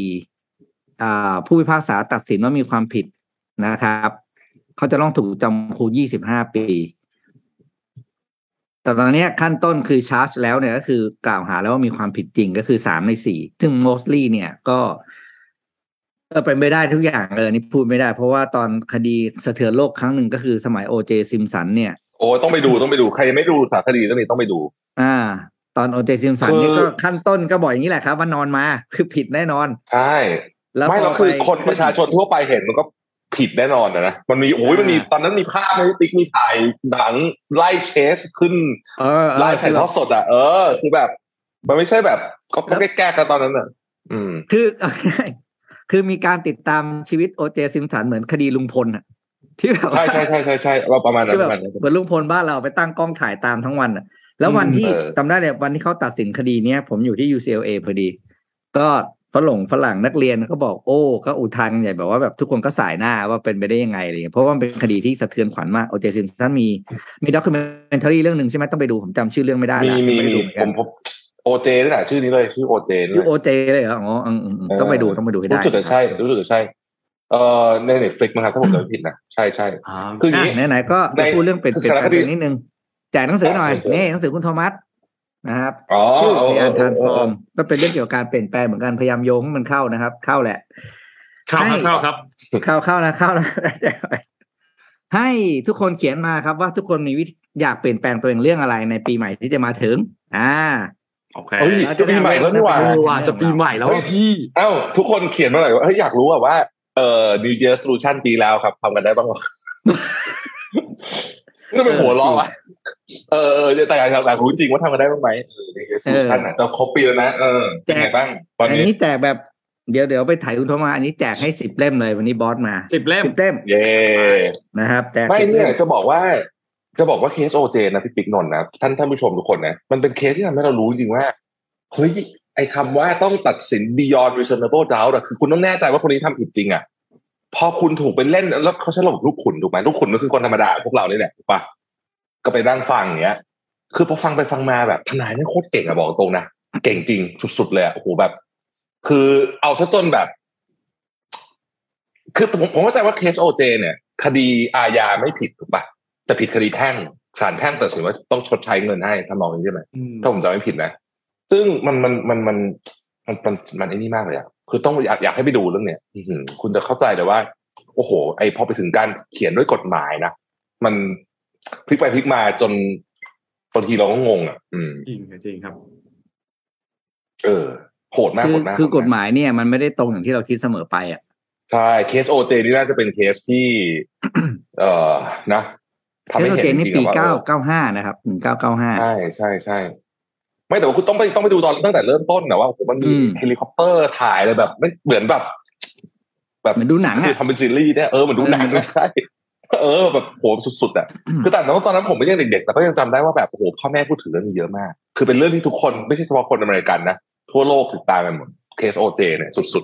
4ผู้พิพากษาตัดสินว่ามีความผิดนะครับเขาจะต้องถูกจำคุก25 ปีแต่ตอนนี้ขั้นต้นคือชาร์จแล้วเนี่ยก็คือกล่าวหาแล้วว่ามีความผิดจริงก็คือ3 ใน 4ซึ่ง mostly เนี่ยก็เป็นไม่ได้ทุกอย่างนี่พูดไม่ได้เพราะว่าตอนคดีสะเทือนโลกครั้งหนึ่งก็คือสมัย O.J. Simpson เนี่ยต้องไปดูใครยังไม่ดูสารคดีเรื่องนี้ต้องไปดูตอน O.J. Simpson นี่ก็ขั้นต้นก็บอกอย่างนี้แหละครับว่านอนมาคือผิดแน่นอนใช่ไม่เราคือคนประชาชนทั่วไปเห็นมันก็ผิดแน่นอนนะมันมีมันมีตอนนั้นมีภาพในติ๊กมีถ่ายหนังไล่เชสขึ้นไล่ถ่ายทอดสดคือแบบมันไม่ใช่แบบก็แก้กันตอนนั้นคือมีการติดตามชีวิต O.J. Simpson เหมือนคดีลุงพลที่แบบใช่เราประมาณนั้นเหมือนลุงพลบ้านเราไปตั้งกล้องถ่ายตามทั้งวันแล้ววันที่จำได้เลยวันที่เขาตัดสินคดีเนี้ยผมอยู่ที่ UCLA พอดีก็ฝรั่งนักเรียนเขาบอกก็อุทานกันใหญ่แบบว่าแบบทุกคนก็สายหน้าว่าเป็นไปได้ยังไงอะไรเพราะว่ามันเป็นคดีที่สะเทือนขวัญมาก O.J. Simpson มีด็อกิเมนทารีเรื่องนึงใช่ไหมต้องไปดูผมจำชื่อเรื่องไม่ได้นะผมO.J. นี่แหละชื่อนี้เลยชื่อ O.J. ชื่อ O.J. เลยเหรอต้องไปดูให้ได้รู้สึกจะใช่ใน Netflix มั้งครับถ้าผมจำไม่ผิดนะใช่คืออย่างนี้ไหนๆก็ไปพูดเรื่องเป็นคดีนิดนึงแจกหนังสือหน่อยนี่หนังสือคุณโทมัสนะครับชื่อในอันทานฟอร์มก็เป็นเรื่องเกี่ยวกับการเปลี่ยนแปลงเหมือนกันพยายามโยงให้มันเข้านะครับเข้าแหละเข้าครับเข้านะให้ทุกคนเขียนมาครับว่าทุกคนมีอยากเปลี่ยนแปลงตัวเองเรื่องอะไรในปีใหม่ที่จะมาถึงโอเคจะปีใหม่แล้วนี่หว่าจะปีใหม่แล้วพี่ทุกคนเขียนมาหน่อยว่าอยากรู้ว่าNew Year Resolution ปีแล้วครับทำกันได้บ้างหรอนี่เป็นหัวล้อวะแต่อยากรู้จริงว่าทำกันได้บ้างไหมท่านจะครบปีแล้วนะแจกบ้างตอนนี้แจกแบบเดี๋ยวไปถ่ายคุณโทมัสอันนี้แจกให้10 เล่มเลยวันนี้บอสมา 10 เล่มเย้นะครับไม่เนี่ยจะบอกว่าเคส O.J. นะพี่ปิ๊กนนท์นะท่านผู้ชมทุกคนนะมันเป็นเคสที่ทำให้เรารู้จริงว่าเฮ้ยไอ้คำว่าต้องตัดสิน beyond reasonable doubt คือคุณต้องแน่ใจว่าคนนี้ทำผิดจริงพอคุณถูกไปเล่นแล้วเขาใช้ระบบลูกขุนถูกไหมลูกขุนก็คือคนธรรมดาพวกเรานี่แหละถูกปะก็ไปนั่งฟังอย่างเงี้ยคือพอฟังไปฟังมาแบบทนายนี่โคตรเก่งบอกตรงนะเก่งจริงสุดๆเลยโอ้โหแบบคือเอาซะจนแบบคือผมเข้าใจว่าเคส O.J. เนี่ยคดีอาญาไม่ผิดถูกปะแต่ผิดคดีแพ่งศาลแพ่งตัดสินว่าต้องชดใช้เงินให้ทำนองนี้ใช่ไหมถ้าผมจำไม่ผิดนะซึ่งมันไอ้นี่มากเลยคือต้องอยากให้ไปดูเรื่องเนี้ยคุณจะเข้าใจเลยว่าโอ้โหพอไปถึงการเขียนด้วยกฎหมายนะมันพลิกไปพลิกมาจนบางทีเราก็งงจริงครับโหดมากโหดมากคือกฎหมายเนี่ยมันไม่ได้ตรงอย่างที่เราคิดเสมอไปอ่ะใช่เคส OJ นี่น่าจะเป็นเคสที่ นะทำให้เห็นจริงๆว่าปี995นะครับ1995 ใช่ไม่แต่ว่าคุณต้องไปดูตอนตั้งแต่เริ่มต้นนะว่ามันมีเฮลิคอปเตอร์ถ่ายอะไรแบบไม่เหมือนแบบเหมือนดูหนังอ่ะทำเป็นซีรีส์เนี่ยเหมือนดูหนังใช่แบบโหสุดๆอ่ะคือแต่ตอนนั้นผมไม่ยังเด็กๆแต่ก็ยังจำได้ว่าแบบโอ้โหพ่อแม่พูดถึงเรื่องนี้เยอะมากคือเป็นเรื่องที่ทุกคนไม่ใช่เฉพาะคนอเมริกันนะทั่วโลกติดตามกันหมดเคส OJ เนี่ยสุด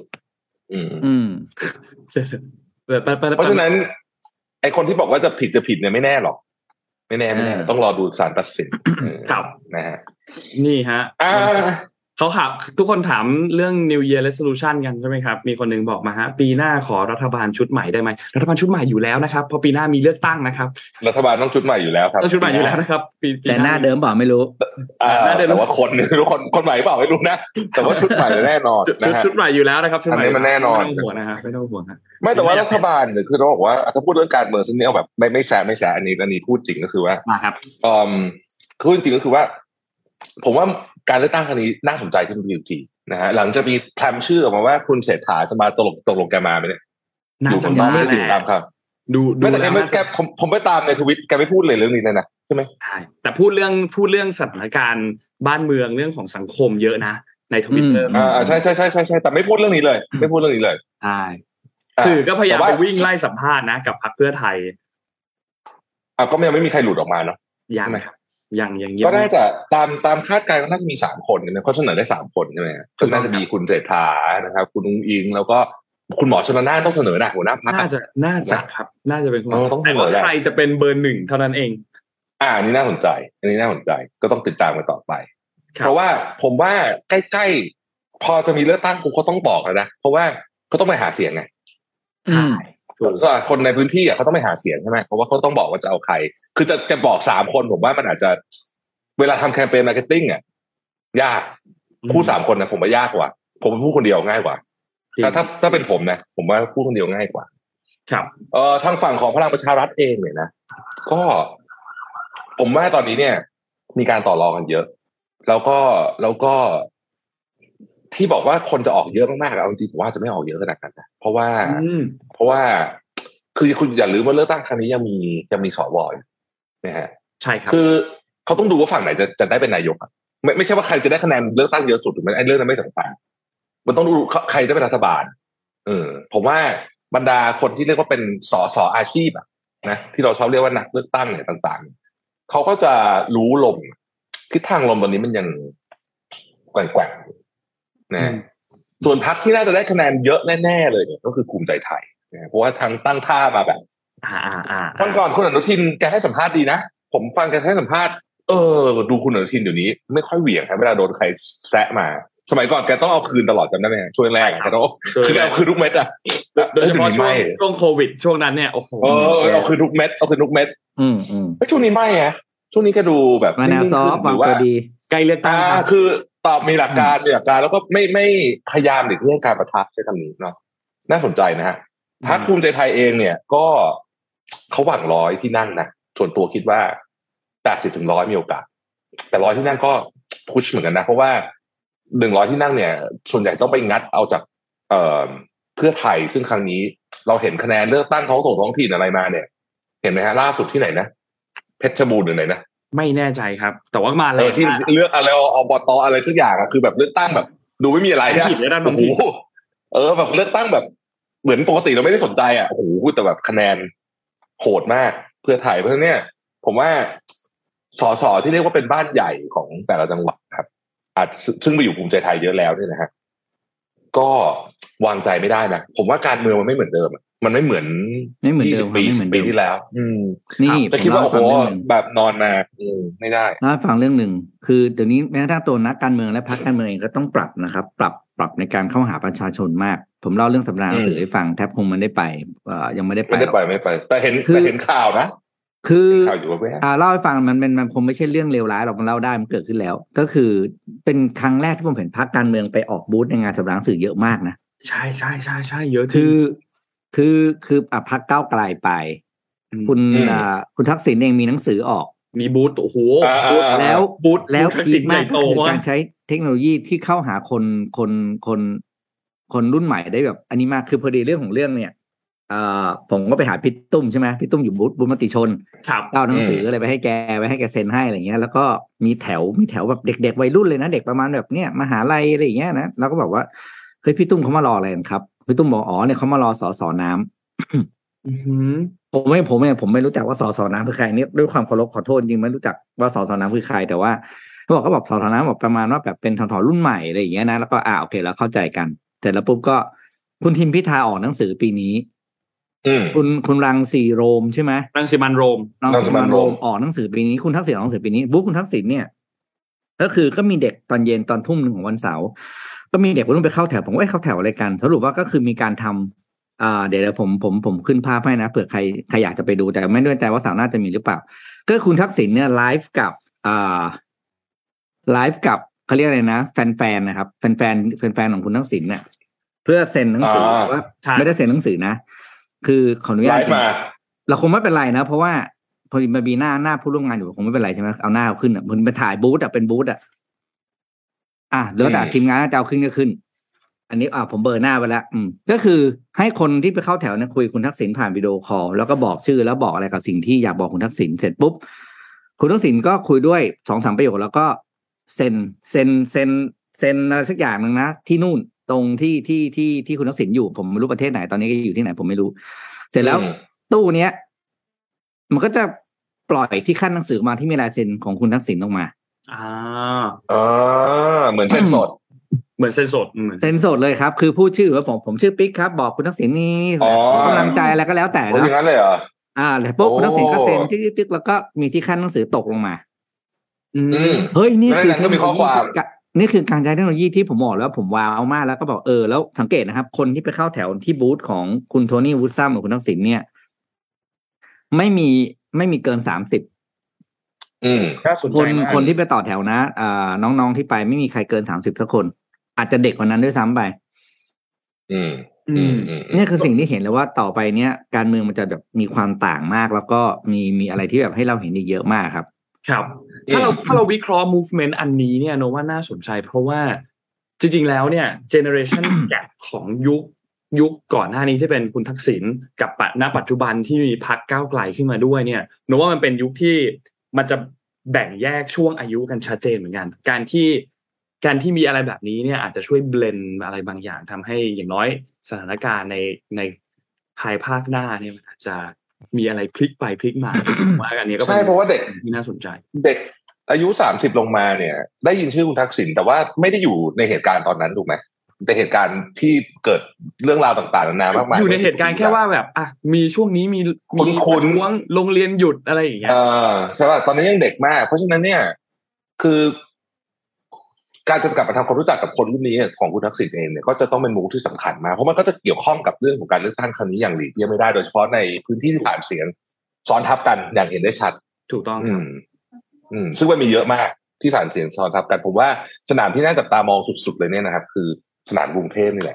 เพราะฉะนั้นไอคนที่บอกว่าจะผิดเนี่ยไม่แน่หรอกไม่แน่ต้องรอดูศาลตัดสินครับนะฮะนี่ฮะเขาถามทุกคนถามเรื่อง New Year Resolution กันใช่ไหมครับมีคนนึงบอกมาฮะปีหน้าขอรัฐบาลชุดใหม่ได้ไหมรัฐบาลชุดใหม่อยู่แล้วนะครับเพราะปีหน้ามีเลือกตั้งนะครับรัฐบาลต้องชุดใหม่อยู่แล้วครับต้องชุดใหม่อยู่แล้วนะครับแต่หน้าเดิมเปล่าไม่รู้แต่ว่าคนใหม่เปล่าไม่รู้นะแต่ว่าชุดใหม่แน่นอนนะฮะชุดใหม่อยู่แล้วนะครับชุดใหม่มันแน่นอนไม่ต้องห่วงนะครับไม่ต้องห่วงครับไม่แต่ว่ารัฐบาลเนี่ยคือต้องบอกว่าถ้าพูดเรื่องการเมืองซึ่งเนี่ยแบบไม่แซะอันนี้พูดจริงก็คือว่าครับคือจริงก็คือว่าผมว่าการเลือกตั้งครั้งนี้น่าสนใจขึ้นทีนะฮะหลังจะมีแพลนชื่อออกมาว่าคุณเศรษฐาจะมาตกลงแกมาไหมเนี่ยดูผมไม่ได้ติดตามครับดูแต่แกผมไปตามในทวิตแกไม่พูดเลยเรื่องนี้นะใช่ไหมใช่แต่พูดเรื่องสถานการณ์บ้านเมืองเรื่องของสังคมเยอะนะในทวิตเตอร์ใช่แต่ไม่พูดเรื่องนี้เลยไม่พูดเรื่องนี้เลยใช่สื่อก็พยายามไปวิ่งไล่สัมภาษณ์นะกับพรรคเพื่อไทยก็ยังไม่มีใครหลุดออกมาเนาะยังไหมครับยังก็น่าจะตามคาดการณ์ก็น่าจะมี3คนนะเขาเสนอได้3คนใช่ไหมก็น่าจะมีคุณเศรษฐานะครับคุณอุ้งอิงแล้วก็คุณหมอชลน่านต้องเสนอนะหัวหน้าพรรคน่าจะครับน่าจะเป็นแต่ว่าใครจะเป็นเบอร์1เท่านั้นเองอันนี้น่าสนใจก็ต้องติดตามกันต่อไปเพราะว่าผมว่าใกล้ๆพอจะมีเลือกตั้งเขาต้องบอกแล้วนะเพราะว่าเขาต้องไปหาเสียงไงใช่คนในพื้นที่เขาต้องไปหาเสียงใช่ไหมเพราะว่าเขาต้องบอกว่าจะเอาใครคือจะบอก3คนผมว่ามันอาจจะเวลาทำแคมเปญมาร์เก็ตติ้งยากพูด3คนนะผมว่ายากกว่าผมพูดคนเดียวง่ายกว่าถ้าเป็นผมนะผมว่าพูดคนเดียวง่ายกว่าครับทางฝั่งของพลังประชารัฐเองเนี่ยนะก็ผมว่าตอนนี้เนี่ยมีการต่อรองกันเยอะแล้วก็ที่บอกว่าคนจะออกเยอะมากๆเอาจริงๆผมว่าจะไม่ออกเยอะขนาดนั้นนะเพราะว่าคือคุณอย่าลืมว่าเลือกตั้งครั้งนี้ยังมีสวนะฮะใช่ครับคือเขาต้องดูว่าฝั่งไหนจะได้เป็นนายกไม่ใช่ว่าใครจะได้คะแนนเลือกตั้งเยอะสุดหรือไม่ไอ้เรื่องนั้นไม่สำคัญมันต้องดูใครจะเป็นรัฐบาลผมว่าบรรดาคนที่เรียกว่าเป็นสสอาชีพนะที่เราชอบเรียกว่านักเลือกตั้งเนี่ยต่างๆเขาก็จะรู้ลมทิศทางลมตอนนี้มันยังแกว่งนะส่วนพรรคที่น่าจะได้คะแนนเยอะแน่ๆเลยเนี่ยก็คือภูมิใจไทยนะเพราะว่าทางตั้งท่ามาแบบวันก่อนคุณอนุทินแกให้สัมภาษณ์ดีนะผมฟังแกให้สัมภาษณ์ดูคุณอนุทินเดี๋ยวนี้ไม่ค่อยเหวี่ยงครับเวลาโดนใครแซะมาสมัยก่อนแกต้องเอาคืนตลอดจำได้ไหมช่วงแรกแกต้องคือเอาคืนทุกเม็ดโดยเฉพาะช่วงโควิดช่วงนั้นเนี่ยโอ้โหเอาคืนทุกเม็ดไม่ช่วงนี้ไม่ช่วงนี้แกดูแบบแนวซอฟต์หรือว่าใกล้เลือกตั้งคือตอบมีหลักการแล้วก็ไม่พยายามหลีกเลี่ยงการปะทะใช้คำนี้เนาะน่าสนใจนะฮะพรรคภูมิใจไทยเองเนี่ยก็เขาหวัง100ที่นั่งนะส่วนตัวคิดว่า80 ถึง 100มีโอกาสแต่100ที่นั่งก็พุชเหมือนกันนะเพราะว่า100ที่นั่งเนี่ยส่วนใหญ่ต้องไปงัดเอาจากเพื่อไทยซึ่งครั้งนี้เราเห็นคะแนนเลือกตั้งท้องถิ่นอะไรมาเนี่ยเห็นไหมฮะล่าสุดที่ไหนนะเพชรบูรณ์หรือไหนนะไม่แน่ใจครับแต่ว่ามาเลยที่เลือกอะไรอบตอะไรสักอย่างคือแบบเลือกตั้งแบบดูไม่มีอะไรนะโอ้โหแบบเลือกตั้งแบบเหมือนปกติเราไม่ได้สนใจโอ้โหแต่แบบคะแนนโหดมากเพื่อไทยเพราะฉะนั้นเนี่ยผมว่าสสที่เรียกว่าเป็นบ้านใหญ่ของแต่ละจังหวัดครับซึ่งไปอยู่ภูมิใจไทยเยอะแล้วเนี่ยนะฮะก็วางใจไม่ได้นะผมว่าการเมืองมันไม่เหมือนเดิมมันไม่เหมือน20 ปีที่แล้วนี่จะคิดว่าโอ้โหแบบนอนมาไม่ได้น่าฟังเรื่องหนึ่งคือเดี๋ยวนี้แม้กระทั่งตัวนักการเมืองและพรรคการเมืองเองก็ต้องปรับนะครับปรับในการเข้าหาประชาชนมากผมเล่าเรื่องสัปดาห์หนังสือให้ฟังแทบคงมันได้ไปยังไม่ได้ไปแต่เห็นข่าวนะคือเล่าให้ฟังมันคงไม่ใช่เรื่องเลวร้ายหรอกมันเล่าได้มันเกิดขึ้นแล้วก็คือเป็นครั้งแรกที่ผมเห็นพรรคการเมืองไปออกบูธในงานสัปดาห์หนังสือเยอะมากนะใช่เยอะคือพรรคก้าวไกลไปคุณทักษิณเองมีหนังสือออกมีบูธโอ้โหแล้วพีคมากการใช้เทคโนโลยีที่เข้าหาคนรุ่นใหม่ได้แบบอันนี้มากคือพอดีเรื่องของเรื่องเนี่ยผมก็ไปหาพี่ตุ้มใช่ไหมพี่ตุ้มอยู่บูธมติชนเอาหนังสืออะไรไปให้แกเซ็นให้อะไรเงี้ยแล้วก็มีแถวแบบเด็กๆวัยรุ่นเลยนะเด็กประมาณแบบเนี้ยมหาลัยอะไรอย่างเงี้ยนะแล้วก็บอกว่าเฮ้ยพี่ตุ้มเขามารออะไรกันครับพี่ตุ้มบอกอ๋อเนี่ยเขามารอสสน้ำผมไม่รู้จักว่าสสน้ำคือใครเนี่ยด้วยความเคารพขอโทษจริงไม่รู้จักว่าสสน้ำคือใครแต่ว่าเขาบอกสสน้ำบอกประมาณว่าแบบเป็นทรุ่นใหม่อะไรอย่างเงี้ยนะแล้วก็โอเคแล้วเข้าใจกันแต่แล้วปุ๊บก็คุณทิมพิธาออกหนังสือปีนี้คุณรังสีโรมใช่ไหมรังสีมันโรมออกหนังสือปีนี้คุณทักษิณออกหนังสือปีนี้บุ๊คคุณทักษิณเนี่ยก็คือก็มีเด็กตอนเย็นตอนทุ่มหนึ่งของวันเสาร์ก็มีเด็กรุ่นไปเข้าแถวผมว่าเข้าแถวอะไรกันสรุปว่าก็คือมีการทำเดี๋ยวผมขึ้นภาพให้นะเผื่อใครอยากจะไปดูแต่ไม่แน่ใจว่าเสาร์หน้าจะมีหรือเปล่าก็คุณทักษิณเนี่ยไลฟ์กับเขาเรียกอะไรนะแฟนๆนะครับแฟนของคุณทักษิณเนี่ยเพื่อเซ็นหนังสือว่าไม่ได้เซ็นหนังสือนะคือขออนุญาตเราคงไม่เป็นไรนะเพราะว่าพอดีมาบีหน้าผู้ร่วมงานอยู่คงไม่เป็นไรใช่ไหมเอาหน้าขึ้นมันไปถ่ายบูธเป็นบูธแล้วแต่ทีมงานจะเอาขึ้นก็ขึ้นอันนี้ผมเบอร์หน้าไปแล้วก็คือให้คนที่ไปเข้าแถวเนี่ยคุยคุณทักษิณผ่านวิดีโอคอลแล้วก็บอกชื่อแล้วบอกอะไรกับสิ่งที่อยากบอกคุณทักษิณเสร็จปุ๊บคุณทักษิณก็คุยด้วย 2-3 ประโยคแล้วก็เซ็นอะไรสักอย่างนึงนะที่นู่นตรงที่คุณทักษิณอยู่ผมไม่รู้ประเทศไหนตอนนี้ก็อยู่ที่ไหนผมไม่รู้เสร็จแล้วตู้เนี้ยมันก็จะปล่อยที่ขั้นหนังสือมาที่มีลายเซ็นของคุณทักษิณลงมาเหมือนเซ็นสดเซ็นสดเลยครับคือพูดชื่อว่าผมชื่อปิ๊กครับบอกคุณทักษิณนี่กำลังใจอะไรก็แล้วแต่นะอย่างนั้นเลยเหรอแล้วปุ๊บคุณทักษิณก็เซ็นติ๊กแล้วก็มีที่ขั้นหนังสือตกลงมาเฮ้ยนี่คือก็มีข้อความนี่คือการใช้เทคโนโลยีที่ผมบอกแล้วผมว้าวมากแล้วก็บอกแล้วสังเกตนะครับคนที่ไปเข้าแถวที่บูธของคุณโทนี่วูดซัมกับคุณทักษิณเนี่ยไม่มีเกิน30คนที่ไปต่อแถวนะน้องๆที่ไปไม่มีใครเกิน30สักคนอาจจะเด็กกว่านั้นด้วยซ้ำไปนี่คือสิ่งที่เห็นเลยว่าต่อไปเนี้ยการเมืองมันจะแบบมีความต่างมากแล้วก็มีอะไรที่แบบให้เราเห็นอีกเยอะมากครับครับถ้าเราวิเคราะห์ movement อันนี้เนี่ยโนว่าน่าสนใจเพราะว่าจริงๆแล้วเนี่ย generation gap ของยุคก่อนหน้านี้ที่เป็นคุณทักษิณกับณปัจจุบันที่มีพรรคก้าวไกลขึ้นมาด้วยเนี่ยโนว่ามันเป็นยุคที่มันจะแบ่งแยกช่วงอายุกันชัดเจนเหมือนกันการที่มีอะไรแบบนี้เนี่ยอาจจะช่วยเบลนด์อะไรบางอย่างทำให้อย่างน้อยสถานการณ์ในภายภาคหน้าเนี่ยมันอาจจะมีอะไรพลิกไปพลิกมาว่าอันนี้ก็ใช่เพราะว่าเด็กที่น่าสนใจเด็กอายุ30ลงมาเนี่ยได้ยินชื่อคุณทักษิณแต่ว่าไม่ได้อยู่ในเหตุการณ์ตอนนั้นถูกไหมแต่เหตุการณ์ที่เกิดเรื่องราวต่างๆนานามากมายอยู่ในเหตุการณ์แค่ว่าแบบมีช่วงนี้มีโรงเรียนหยุดอะไรอย่างเงี้ยใช่ป่ะตอนนี้ยังเด็กมากเพราะฉะนั้นเนี่ยคือการจะกลับมาทำความรู้จักกับคนรุ่นนี้ของคุณทักษิณเองเนี่ยก็จะต้องเป็นมูฟที่สำคัญมากเพราะมันก็จะเกี่ยวข้องกับเรื่องของการเลือกตั้งครั้งนี้อย่างหลีกเลี่ยงไม่ได้โดยเฉพาะในพื้นที่ที่ผ่านเสียงซ้อนทับกันอย่างเห็นได้ชัดถูกต้องครับซึ่งมันมีเยอะมากที่ผ่านเสียงซ้อนทับกันผมว่าสนามที่น่าจับตามองสุดๆเลยเนี่ยนะครับคือสนามกรุงเทพนี่แหละ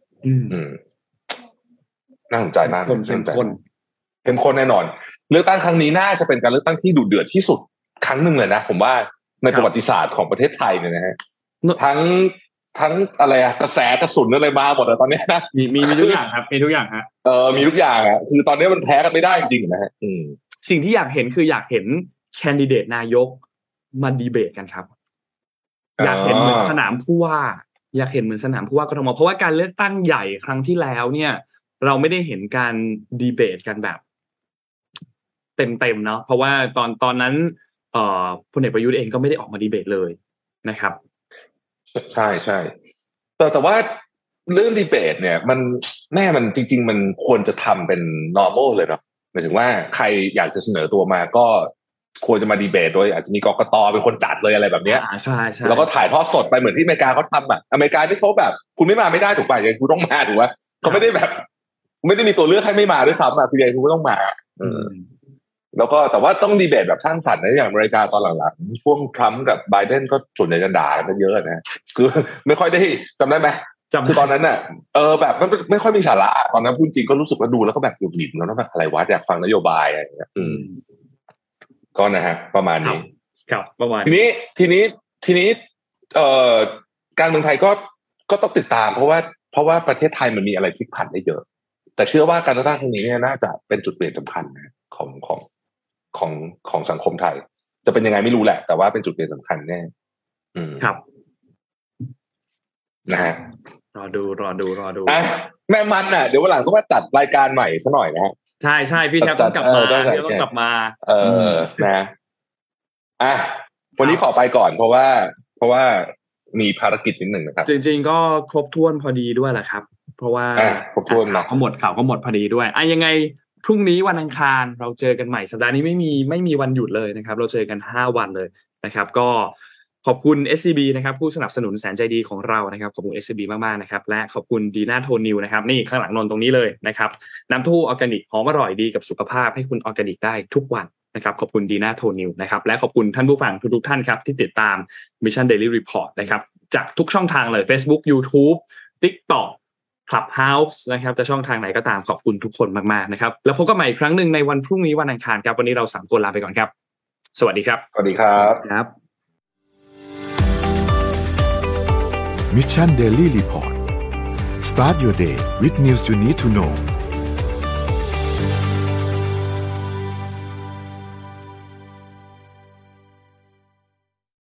น่าสนใจมากเข้มข้นแน่นอนเลือกตั้งครั้งนี้น่าจะเป็นการเลือกตั้งที่ดุเดือดที่สุดครั้งหนึ่งเลยนะผมว่าในประวัติศาสตร์ของประเทศไทยเนี่ยนะฮะทั้งอะไรกระแสกระสุนอะไรมาหมดตอนนี้นะมีทุกอย่างครับมีทุกอย่างฮะมีทุกอย่างคือตอนนี้มันแพ้กันไม่ได้จริงๆนะฮะสิ่งที่อยากเห็นคืออยากเห็นแคนดิเดตนายกมาดีเบตกันครับอยากเห็นเหมือนสนามผู้ว่ากทมเพราะว่าการเลือกตั้งใหญ่ครั้งที่แล้วเนี่ยเราไม่ได้เห็นการดีเบตกันแบบเต็มเนาะเพราะว่าตอนนั้นพลเอกประยุทธ์เองก็ไม่ได้ออกมาดีเบตเลยนะครับใช่แต่ว่าเรื่องดีเบตเนี่ยมันจริงๆมันควรจะทำเป็น normal เลยเนาะหมายถึงว่าใครอยากจะเสนอตัวมาก็ควรจะมาดีเบตโดยอาจจะมีกกต.เป็นคนจัดเลยอะไรแบบเนี้ยใช่แล้วก็ถ่ายทอดสดไปเหมือนที่อเมริกาเขาทำอเมริกาที่เขาแบบคุณไม่มาไม่ได้ถูกป่ะยังคุณต้องมาถูกป่ะเขาไม่ได้แบบไม่ได้มีตัวเลือกให้ไม่มาด้วยซ้ำคือยังคุณก็ต้องมาแล้วก็แต่ว่าต้องดีเบตแบบสร้างสรรค์นะอย่างอเมริกาตอนหลังๆช่วงทรัมป์กับไบเดนก็ส่วนใหญ่จะด่ากันเยอะนะคือไม่ค่อยได้จำได้ไหมคือตอนนั้นน่ะแบบไม่ค่อยมีสาระตอนนั้นพูดจริงก็รู้สึกว่าดูแล้วก็แบบหงุดหงิดแล้วแบบอะไรวะอยากฟังนโยบายอะไรอย่างเงี้ยก็นะฮะประมาณนี้ครับประมาณทีนี้การเมืองไทยก็ต้องติดตามเพราะว่าประเทศไทยมันมีอะไรพลิกผันได้เยอะแต่เชื่อว่าการเลือกตั้งครั้งนี้เนี่ยน่าจะเป็นจุดเปลี่ยนสำคัญนะของสังคมไทยจะเป็นยังไงไม่รู้แหละแต่ว่าเป็นจุดเปลี่ยนสำคัญแน่ครับนะฮะรอดูแม่มันเดี๋ยววันหลังก็มาจัดรายการใหม่ซะหน่อยนะฮะใช่พี่แทบต้องกลับมาต้องกลับมานะวันนี้ขอไปก่อนเพราะว่ามีภารกิจนิดหนึ่งนะครับจริงๆก็ครบถ้วนพอดีด้วยแหละครับเพราะว่าครบถ้วนนะข่าวก็หมดพอดีด้วยยังไงพรุ่งนี้วันอังคารเราเจอกันใหม่สัปดาห์นี้ไม่มีวันหยุดเลยนะครับเราเจอกัน5วันเลยนะครับก็ขอบคุณ SCB นะครับผู้สนับสนุนแสนใจดีของเรานะครับขอบคุณ SCB มากๆนะครับและขอบคุณดีน่าโทนิวนะครับนี่ข้างหลังนนตรงนี้เลยนะครับน้ำเต้าหู้ออร์แกนิกหอมอร่อยดีกับสุขภาพให้คุณออร์แกนิกได้ทุกวันนะครับขอบคุณดีน่าโทนิวนะครับและขอบคุณท่านผู้ฟังทุกท่านครับที่ติดตาม Mission Daily Report นะครับจากทุกช่องทางเลย Facebook YouTube TikTok Clubhouse นะครับจะช่องทางไหนก็ตามขอบคุณทุกคนมากๆนะครับแล้วพบกันใหม่อีกครั้งนึงในวันพรุ่งนี้วันอังคารครับวันนี้เรา3คนลาไปก่อนครับสวัสดีครับสวัสดีครับ Mission Daily Report Start your day with news you need to know